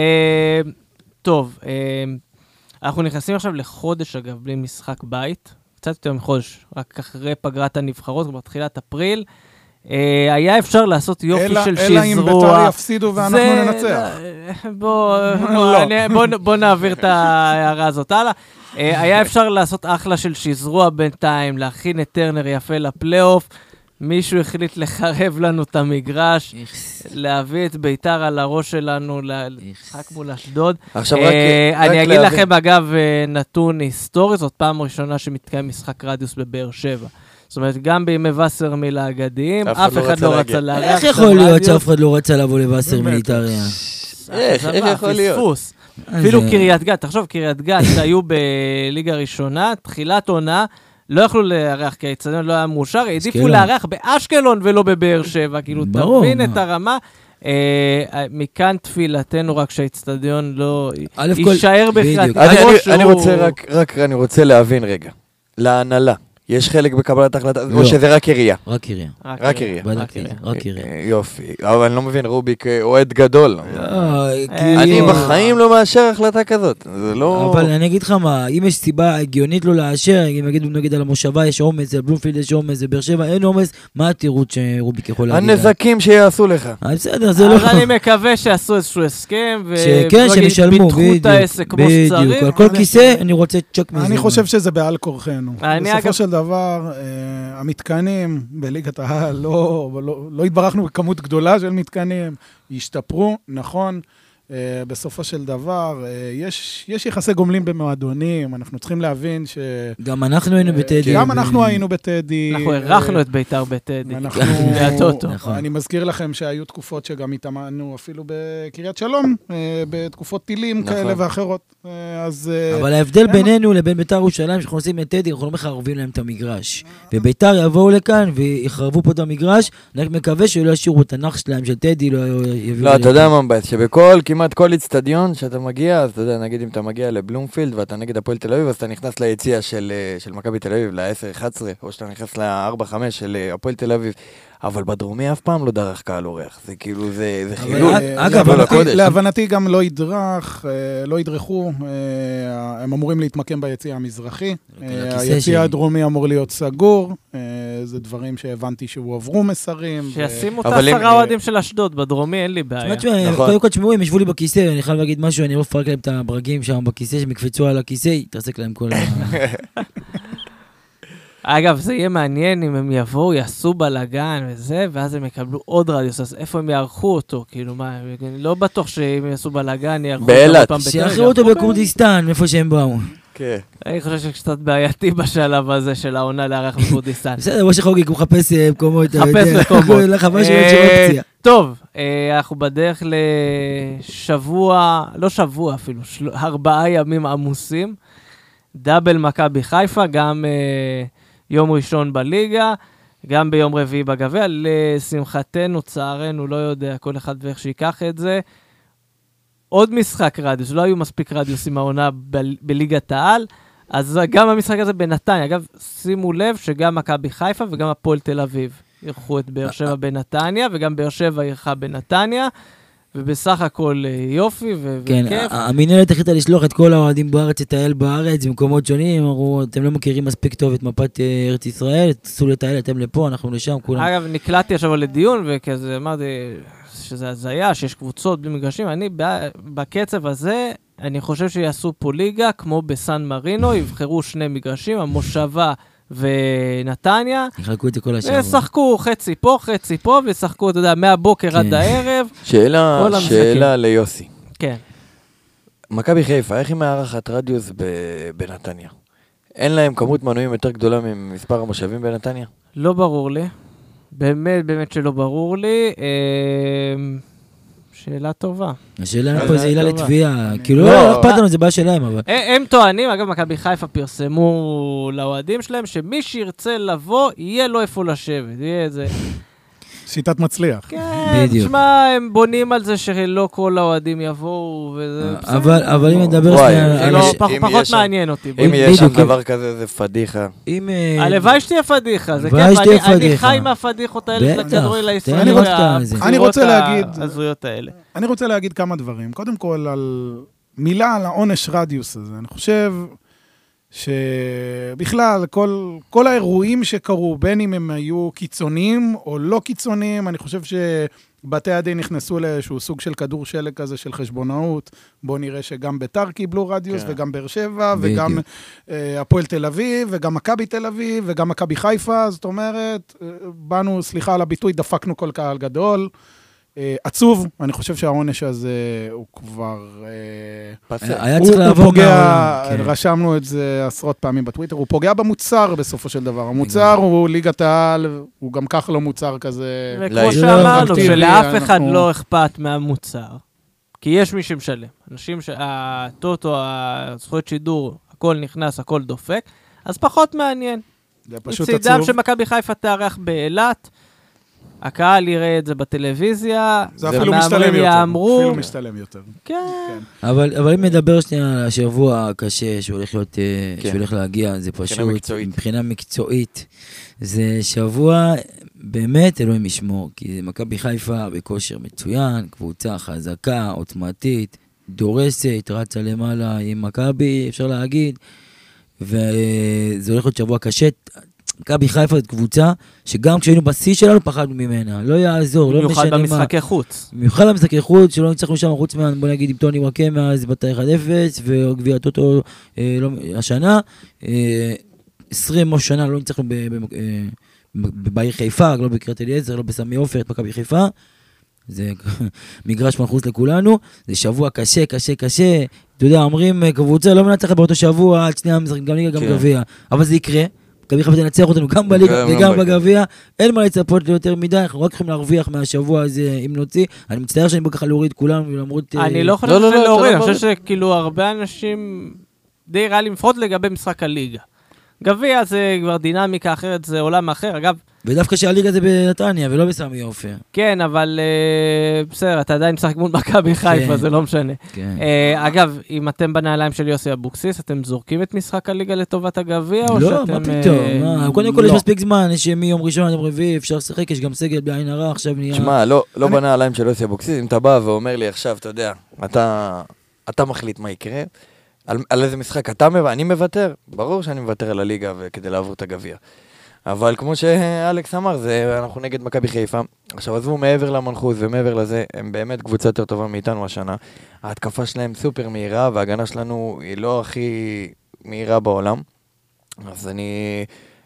טוב, אנחנו נכנסים עכשיו לחודש, אגב, בלי משחק בית. קצת יותר מחודש, רק אחרי פגרת הנבחרות, כבר תחילת אפריל. היה אפשר לעשות יופי של שזרוע. אלא אם בית"ר יפסידו ואנחנו ננצח. בוא נעביר את ההערה הזאת הלאה. היה אפשר לעשות אחלה של שזרוע בינתיים, להכין את טרנר יפה לפלייאוף. מישהו החליט לחרב לנו את המגרש, להביא את ביתר על הראש שלנו, לשחק מול אשדוד. אני אגיד לכם, אגב, נתון היסטורי, זאת פעם ראשונה שמתקיים משחק רדיוס בבאר שבע. זאת אומרת, גם בימי וסרמיל האגדיים, אף אחד לא רצה להריח. איך יכול להיות שאף אחד לא רצה לבוא לווסרמיל להתארח? איך יכול להיות? אפילו קריית גת, תחשוב, קריית גת שהיו בליגה ראשונה, תחילת עונה, לא יכלו לארח, כי האצטדיון לא היה מאושר, העדיפו לארח באשקלון ולא בבאר שבע, כאילו תבין את הרמה, מכאן תפילתנו רק שהאצטדיון לא יישאר בכלל. אני רוצה להבין רגע, להנהלה. יש חלק בקבלת החלטה, או שזה רק עירייה? רק עירייה. רק עירייה. יופי. אבל אני לא מבין, רוביק אוהד גדול. אני בחיים לא מאשר החלטה כזאת. אבל אני אגיד לך מה, אם יש סיבה הגיונית לא לאשר, אם נגיד על המושבה יש עומס, על בלומפילד יש עומס, בבאר שבע אין עומס, מה התירוץ שרוביק יכול להגיד? הנזקים שיעשו לך. בסדר, זה לא... אז אני מקווה שעשו איזשהו הסכם, כן, שהם ישלמו, ביטחו את העסק כמו שצריך. על כל כיסא אני רוצה צ'ק מזה. אני חושב שזה בעל כורחנו. בסופו של דבר, המתקנים בליגת העל, לא התברכנו בכמות גדולה של מתקנים, השתפרו, נכון, בסופו של דבר, יש יחסי גומלים במועדונים, אנחנו צריכים להבין ש... גם אנחנו היינו בטדי. גם אנחנו היינו בטדי. אנחנו ערכנו את ביתר בטדי. אני מזכיר לכם שהיו תקופות שגם התאמנו אפילו בקריית שלום, בתקופות טילים כאלה ואחרות. אבל ההבדל בינינו לבין ביתר ירושלים, שאנחנו עושים את טדי, אנחנו לא מחרבים להם את המגרש. וביתר יבואו לכאן ויחרבו פה את המגרש, אני מקווה שלא ישאירו את הנח שלהם של טדי, לא, אתה יודע מה מבית, שבכל כמעט כל אצטדיון שאתה מגיע, אז אתה יודע, נגיד אם אתה מגיע לבלומפילד ואתה נגד הפועל תל אביב, אז אתה נכנס ליציאה של מכבי תל אביב, ל-10-11, או שאתה נכנס ל-4-5 של הפועל תל אביב, אבל בדרומי אף פעם לא דרך קהל אורח, זה כאילו, זה חילול. אגב, להבנתי גם לא ידרכו, הם אמורים להתמקם ביציאה המזרחי, היציאה הדרומי אמור להיות סגור, זה דברים שהבנתי שהועברו מסרים. שישימו את 10 אוהדים של אשדוד, בדרומי אין לי בעיה. קודם כל תשמעו, הם ישבו לי בכיסא, אני חייב להגיד משהו, אני לא פרק להם את הברגים שם בכיסא, שהם יקפצו על הכיסא, תעסק להם כל אגב, זה יהיה מעניין אם הם יבואו, יעשו בלגן וזה, ואז הם יקבלו עוד רדיוס, אז איפה הם יערכו אותו? כאילו, מה, אני לא בטוח שאם יעשו בלגן, יערכו אותו עוד פעם בטלגרם. שיערכו אותו בכורדיסטן, איפה שהם באו. כן. אני חושב שקצת בעייתי בשלב הזה של העונה לארח בכורדיסטן. בסדר, בוא שחוגג, הוא מחפש מקומות. מחפש מקומות. לחפש של אופציה. טוב, אנחנו בדרך לשבוע, לא שבוע אפילו, 4 ימים עמוסים. דאבל מכבי חיפה, גם יום ראשון בליגה, גם ביום רביעי בגביע. לשמחתנו, צערנו, לא יודע, כל אחד ואיך שיקח את זה. עוד משחק רדיוס, לא היו מספיק רדיוס עם העונה בליגת העל, אז גם המשחק הזה בנתניה. אגב, שימו לב שגם מכבי חיפה וגם הפועל תל אביב ירחו את באר שבע בנתניה, וגם באר שבע ירחה בנתניה, ובסך הכל יופי וכיף. כן, המינהלת החליטה לשלוח את כל האוהדים בארץ, לטייל בארץ, במקומות שונים, אמרו, אתם לא מכירים מספיק טוב את מפת ארץ ישראל, תעשו לטייל, אתם לפה, אנחנו לשם, כולם. אגב, נקלטתי עכשיו לדיון, וכזה אמרתי שזה הזיה, שיש קבוצות בלי מגרשים, אני בקצב הזה, אני חושב שיעשו פה ליגה, כמו בסן מרינו, יבחרו 2 מגרשים, המושבה ונתניה. יחלקו את כל השבוע. ושחקו חצי פה, ושחקו, אתה יודע, מהבוקר עד הערב. שאלה ליוסי. כן. מכבי חיפה, איך היא מארחת רדיוס בנתניה? אין להם כמות מנויים יותר גדולה ממספר המושבים בנתניה? לא ברור לי. באמת שלא ברור לי. שאלה טובה. השאלה פה זה עילה לתביעה, כאילו לא אכפת לנו, זה בעיה שלהם, אבל... הם טוענים, אגב, מכבי חיפה פרסמו לאוהדים שלהם, שמי שירצה לבוא, יהיה לו איפה לשבת, יהיה איזה... שיטת מצליח. כן, תשמע, הם בונים על זה שלא כל האוהדים יבואו, וזה... אבל אם נדבר... פחות מעניין אותי. אם יש שם דבר כזה, זה פדיחה. הלוואי שתהיה פדיחה, זה כיף, אני חי מהפדיחות האלה של הכדורגל הישראלי, אני רוצה להגיד כמה דברים. קודם כל, מילה על העונש רדיוס הזה. אני חושב שבכלל, כל האירועים שקרו, בין אם הם היו קיצוניים או לא קיצוניים, אני חושב שבתי הדין נכנסו לאיזשהו סוג של כדור שלג כזה של חשבונאות. בואו נראה שגם ביתר קיבלו רדיוס, וגם באר שבע, וגם הפועל תל אביב, וגם מכבי תל אביב, וגם מכבי חיפה. זאת אומרת, באנו, סליחה על הביטוי, דפקנו כל קהל גדול. עצוב, אני חושב שהעונש הזה הוא כבר... היה צריך לעבור מהעולם. רשמנו את זה עשרות פעמים בטוויטר, הוא פוגע במוצר בסופו של דבר. המוצר הוא ליגת העל, הוא גם כך לא מוצר כזה... וכמו שאמרנו, שלאף אחד לא אכפת מהמוצר, כי יש מי שמשלם. אנשים שהטוטו, הזכויות שידור, הכל נכנס, הכל דופק, אז פחות מעניין. זה פשוט עצוב. מצידם שמכבי חיפה תארח באילת, הקהל יראה את זה בטלוויזיה, זה אפילו משתלם יותר. אפילו משתלם יותר. כן. אבל אם נדבר שנייה על השבוע הקשה שהולך להגיע, זה פשוט, מבחינה מקצועית, זה שבוע באמת אלוהים ישמור, כי מכבי חיפה בכושר מצוין, קבוצה חזקה, עוצמתית, דורסת, רצה למעלה עם מכבי, אפשר להגיד, וזה הולך להיות שבוע קשה. מכבי חיפה זאת קבוצה שגם כשהיינו בשיא שלנו פחדנו ממנה, לא יעזור, לא משנה מה. במיוחד במשחקי חוץ. במיוחד במשחקי חוץ, שלא ניצחנו שם חוץ מה, בוא נגיד עם טוני וואקמה, אז בתה 1-0, וגביע הטוטו השנה, 20 שנה לא ניצחנו בעיר חיפה, לא בקריית אליעזר, לא בסמי עופר, את מכבי חיפה, זה מגרש מנחוס לכולנו, זה שבוע קשה, אתה יודע, אומרים קבוצה לא מנצחת באותו שבוע, עד שני המשחקים, גם ליגה, גם גביע, אבל זה יקרה. מכבי חיפה תנצח אותנו גם בליגה וגם בגביע, אין מה לצפות יותר מדי, אנחנו רק יכולים להרוויח מהשבוע הזה אם נוציא, אני מצטער שאני בא ככה להוריד כולם, למרות... אני לא חושב שזה להוריד, אני חושב שכאילו הרבה אנשים די ריאליים, לפחות לגבי משחק הליגה. גביע זה כבר דינמיקה אחרת, זה עולם אחר, אגב... ודווקא שהליגה זה בנתניה ולא בסמי עופר. כן, אבל בסדר, אתה עדיין משחק מול מכבי חיפה, זה לא משנה. אגב, אם אתם בנעליים של יוסי אבוקסיס, אתם זורקים את משחק הליגה לטובת הגביע? לא, מה פתאום? קודם כל יש מספיק זמן, יש מיום ראשון עד יום רביעי, אפשר לשחק, יש גם סגל בעין הרע, עכשיו נהיה... תשמע, לא בנעליים של יוסי אבוקסיס, אם אתה בא ואומר לי עכשיו, אתה יודע, אתה מחליט מה יקרה, על איזה משחק אני מוותר, ברור שאני מוותר על הליגה כדי לעבור את הגביע. אבל כמו שאלכס אמר, אנחנו נגד מכבי חיפה. עכשיו עזבו מעבר למנחוס ומעבר לזה, הם באמת קבוצה יותר טובה מאיתנו השנה. ההתקפה שלהם סופר מהירה, וההגנה שלנו היא לא הכי מהירה בעולם. אז אני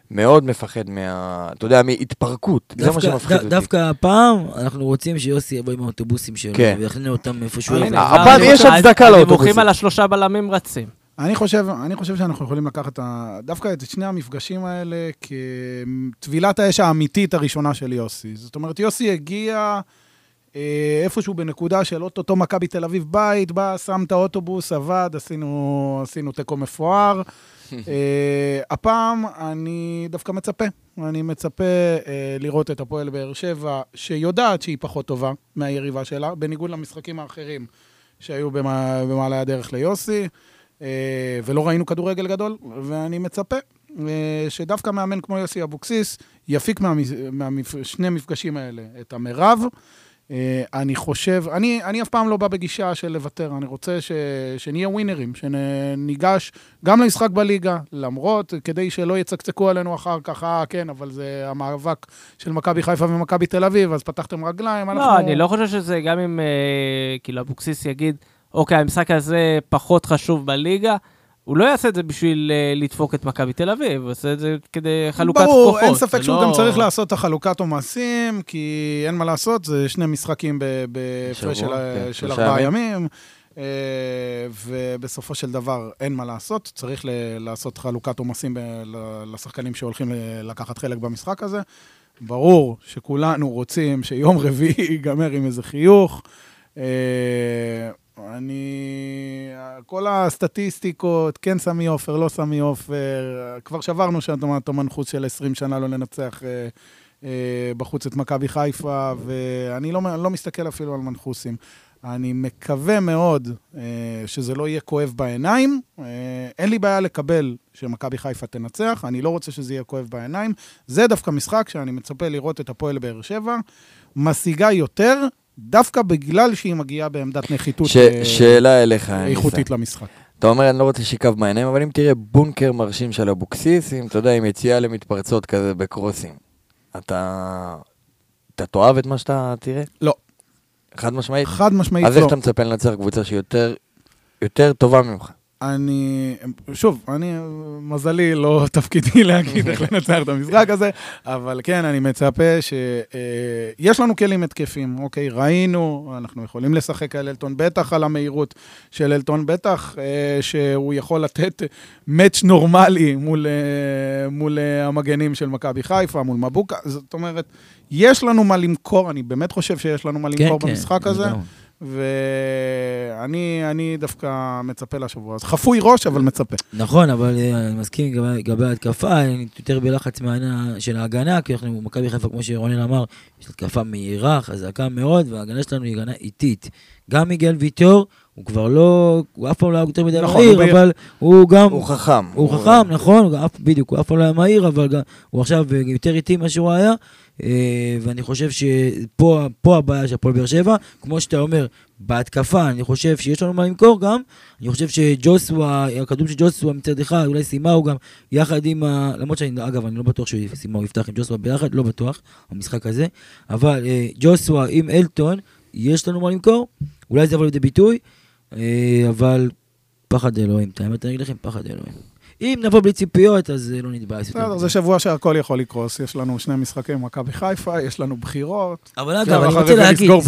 מאוד מפחד אתה יודע, מהתפרקות. זה מה שמפחד אותי. דווקא הפעם, אנחנו רוצים שיוסי יבוא עם האוטובוסים שלו, ויכנע אותם איפשהו. הפעם יש הצדקה לאוטובוסים. הדיווחים על 3 בלמים רצים. אני חושב שאנחנו יכולים לקחת דווקא את שני המפגשים האלה כטבילת האש האמיתית הראשונה של יוסי. זאת אומרת, יוסי הגיע איפשהו בנקודה של אותו מכבי תל אביב בית, בא, שם את האוטובוס, עבד, עשינו תיקו מפואר. הפעם אני דווקא מצפה. אני מצפה לראות את הפועל באר שבע, שיודעת שהיא פחות טובה מהיריבה שלה, בניגוד למשחקים האחרים שהיו במעלה הדרך ליוסי. ולא ראינו כדורגל גדול, ואני מצפה שדווקא מאמן כמו יוסי אבוקסיס יפיק שני מפגשים האלה את המרב. אני חושב, אני אף פעם לא בא בגישה של לוותר, אני רוצה שנהיה ווינרים, שניגש גם למשחק בליגה, למרות, כדי שלא יצקצקו עלינו אחר כך, כן, אבל זה המאבק של מכבי חיפה ומכבי תל אביב, אז פתחתם רגליים. לא, אני לא חושב שזה גם אם, כאילו אבוקסיס יגיד, אוקיי, המשחק הזה פחות חשוב בליגה, הוא לא יעשה את זה בשביל לדפוק את מכבי תל אביב, הוא עושה את זה כדי חלוקת כוחות. ברור, אין ספק שהוא גם צריך לעשות את החלוקת עומסים, כי אין מה לעשות, זה 2 משחקים בהפרש של 4 ימים, ובסופו של דבר אין מה לעשות, צריך לעשות חלוקת עומסים לשחקנים שהולכים לקחת חלק במשחק הזה. ברור שכולנו רוצים שיום רביעי ייגמר עם איזה חיוך, כל הסטטיסטיקות, כן סמי אופר, לא סמי אופר, כבר שברנו שאתה מנחוס של 20 שנה לא לנצח בחוץ את מכבי חיפה, ואני לא מסתכל אפילו על מנחוסים. אני מקווה מאוד שזה לא יהיה כואב בעיניים, אין לי בעיה לקבל שמכבי חיפה תנצח, אני לא רוצה שזה יהיה כואב בעיניים, זה דווקא משחק שאני מצפה לראות את הפועל באר שבע, משיגה יותר, דווקא בגלל שהיא מגיעה בעמדת נחיתות שאלה אליך, איכותית למשחק. אתה אומר, אני לא רוצה שיקו בעיניים, אבל אם תראה בונקר מרשים של אבוקסיס, אם אתה יודע, עם יציאה למתפרצות כזה בקרוסים, אתה תאהב את מה שאתה תראה? לא. חד משמעית? חד משמעית לא. אז איך אתה מצפה לנצח קבוצה שהיא יותר טובה ממך? מזלי, לא תפקידי להגיד איך לנצח את המשחק הזה, אבל כן, אני מצפה שיש לנו כלים התקפים, אוקיי, ראינו, אנחנו יכולים לשחק על אלטון, בטח על המהירות של אלטון, בטח שהוא יכול לתת מאץ' נורמלי מול המגנים של מכבי חיפה, מול מבוקה, זאת אומרת, יש לנו מה למכור, אני באמת חושב שיש לנו מה למכור במשחק הזה, ואני דווקא מצפה לשבוע. אז חפוי ראש, אבל מצפה. נכון, אבל אני מסכים לגבי ההתקפה, אני יותר בלחץ מהענה של ההגנה, כי אנחנו מכבי חיפה, כמו שרונן אמר, יש התקפה מהירה, חזקה מאוד, וההגנה שלנו היא הגנה איטית. גם מיגל ויטור, הוא כבר לא, הוא אף פעם לא היה יותר מדי מהיר, אבל הוא גם... הוא חכם. הוא חכם, נכון, בדיוק, הוא אף פעם לא היה מהיר, אבל הוא עכשיו יותר איטי מה שהוא היה, ואני חושב שפה הבעיה של הפועל באר שבע, כמו שאתה אומר, בהתקפה, אני חושב שיש לנו מה למכור גם, אני חושב שג'וסווה, הכדור של ג'וסווה מצד אחד, אולי סימאו גם, יחד עם למרות אגב, אני לא בטוח שסימאו יפתח עם ג'וסווה ביחד, לא בטוח, המשחק הזה, אבל ג'וסווה עם אלטון, יש לנו מה למכור, אולי זה יבוא לידי ביטוי, אבל פחד אלוהים, האמת אני אגיד לכם, פחד אלוהים. אם נבוא בלי ציפיות, אז לא נתבאס. זה שבוע שהכל יכול לקרוס, יש לנו 2 משחקים מכבי חיפה, יש לנו בחירות. אבל אגב, אני רוצה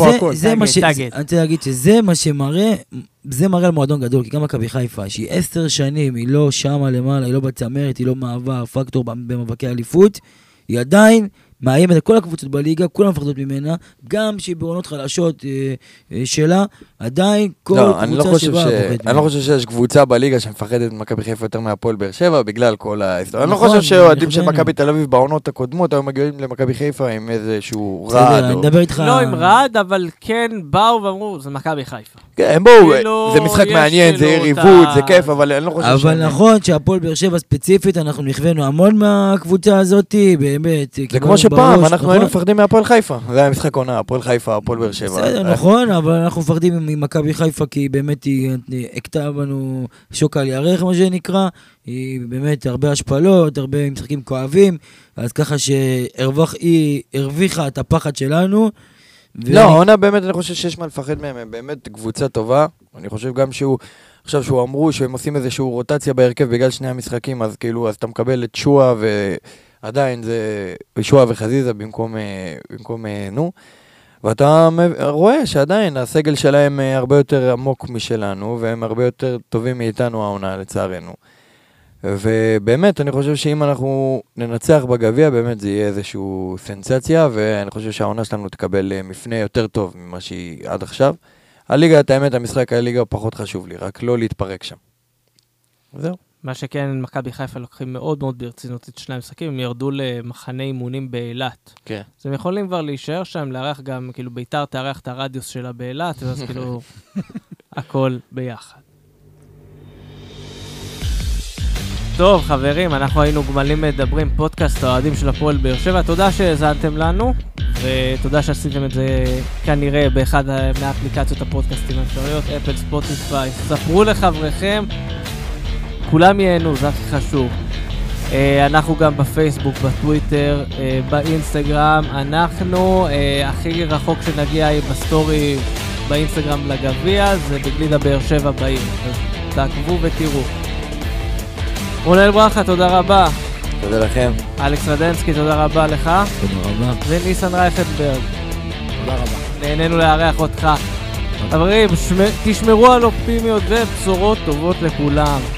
להגיד שזה מה שמראה, זה מראה על מועדון גדול, כי גם מכבי חיפה, שהיא 10 שנים, היא לא שמה למעלה, היא לא בצמרת, היא לא מעבר, פקטור במאבקי אליפות, היא עדיין מאיימת את כל הקבוצות בליגה, כולם מפחדות ממנה, גם שהיא בעונות חלשות שלה, עדיין כל קבוצה שבאה פוחדת ממנה. אני לא חושב שיש קבוצה בליגה שמפחדת מכבי חיפה יותר מהפועל באר שבע, בגלל כל ההיסטוריה. אני לא חושב שאוהדים של מכבי תל אביב בעונות הקודמות, היו מגיעים למכבי חיפה עם איזשהו רעד. לא עם רעד, אבל כן באו ואמרו, זה מכבי חיפה. כן, הם באו, זה משחק מעניין, זה יריבות, זה כיף, אבל אני לא חושב אבל נכון שהפועל באר שבע ספציפית, אנחנו נכוונו המון מהקבוצה הזאת, באמת. זה כמו שפעם, אנחנו היינו מפחדים מהפועל חיפה. זה היה משחק עונה, הפועל חיפה, הפועל באר שבע. בסדר, נכון, אבל אנחנו מפחדים ממכבי חיפה, כי באמת היא הקטעה בנו שוק על ירך, מה שנקרא. היא באמת הרבה השפלות, הרבה משחקים כואבים, אז ככה שהיא הרוויחה את הפחד שלנו. לא, העונה באמת, אני חושב שיש מה לפחד מהם, הם באמת קבוצה טובה. אני חושב גם עכשיו שהוא אמרו שהם עושים איזשהו רוטציה בהרכב בגלל 2 המשחקים, אז כאילו, אז אתה מקבל את שואה עדיין זה ישועה וחזיזה במקום נו, ואתה רואה שעדיין הסגל שלהם הרבה יותר עמוק משלנו, והם הרבה יותר טובים מאיתנו העונה לצערנו. ובאמת, אני חושב שאם אנחנו ננצח בגביע, באמת זה יהיה איזושהי סנסציה, ואני חושב שהעונה שלנו תקבל מפנה יותר טוב ממה שהיא עד עכשיו. הליגה, את האמת, המשחק הליגה פחות חשוב לי, רק לא להתפרק שם. זהו. מה שכן, מכבי חיפה לוקחים מאוד מאוד ברצינות את שני המשחקים, הם ירדו למחנה אימונים באילת. כן. אז הם יכולים כבר להישאר שם, לארח גם, כאילו ביתר תארח את הרדיוס שלה באילת, אז כאילו הכל ביחד. טוב, חברים, אנחנו היינו גמלים מדברים, פודקאסט האוהדים של הפועל באר שבע. תודה שהזנתם לנו, ותודה שעשיתם את זה כנראה באחד מהאפליקציות הפודקאסטים האפשריות, אפל, ספוטיפיי. ספרו לחבריכם, כולם ייהנו, זה הכי חשוב. אנחנו גם בפייסבוק, בטוויטר, באינסטגרם. אנחנו הכי רחוק שנגיע בסטורי באינסטגרם לגביע, זה בגלידה באר שבע בעיר. אז תעקבו ותראו. רונל ברכה, תודה רבה. תודה לכם. אלכס רדנסקי, תודה רבה לך. תודה רבה. וניסן רייכנברג. תודה רבה. נהנינו לארח אותך. חברים, תשמרו על אופטימיות ובשורות טובות לכולם.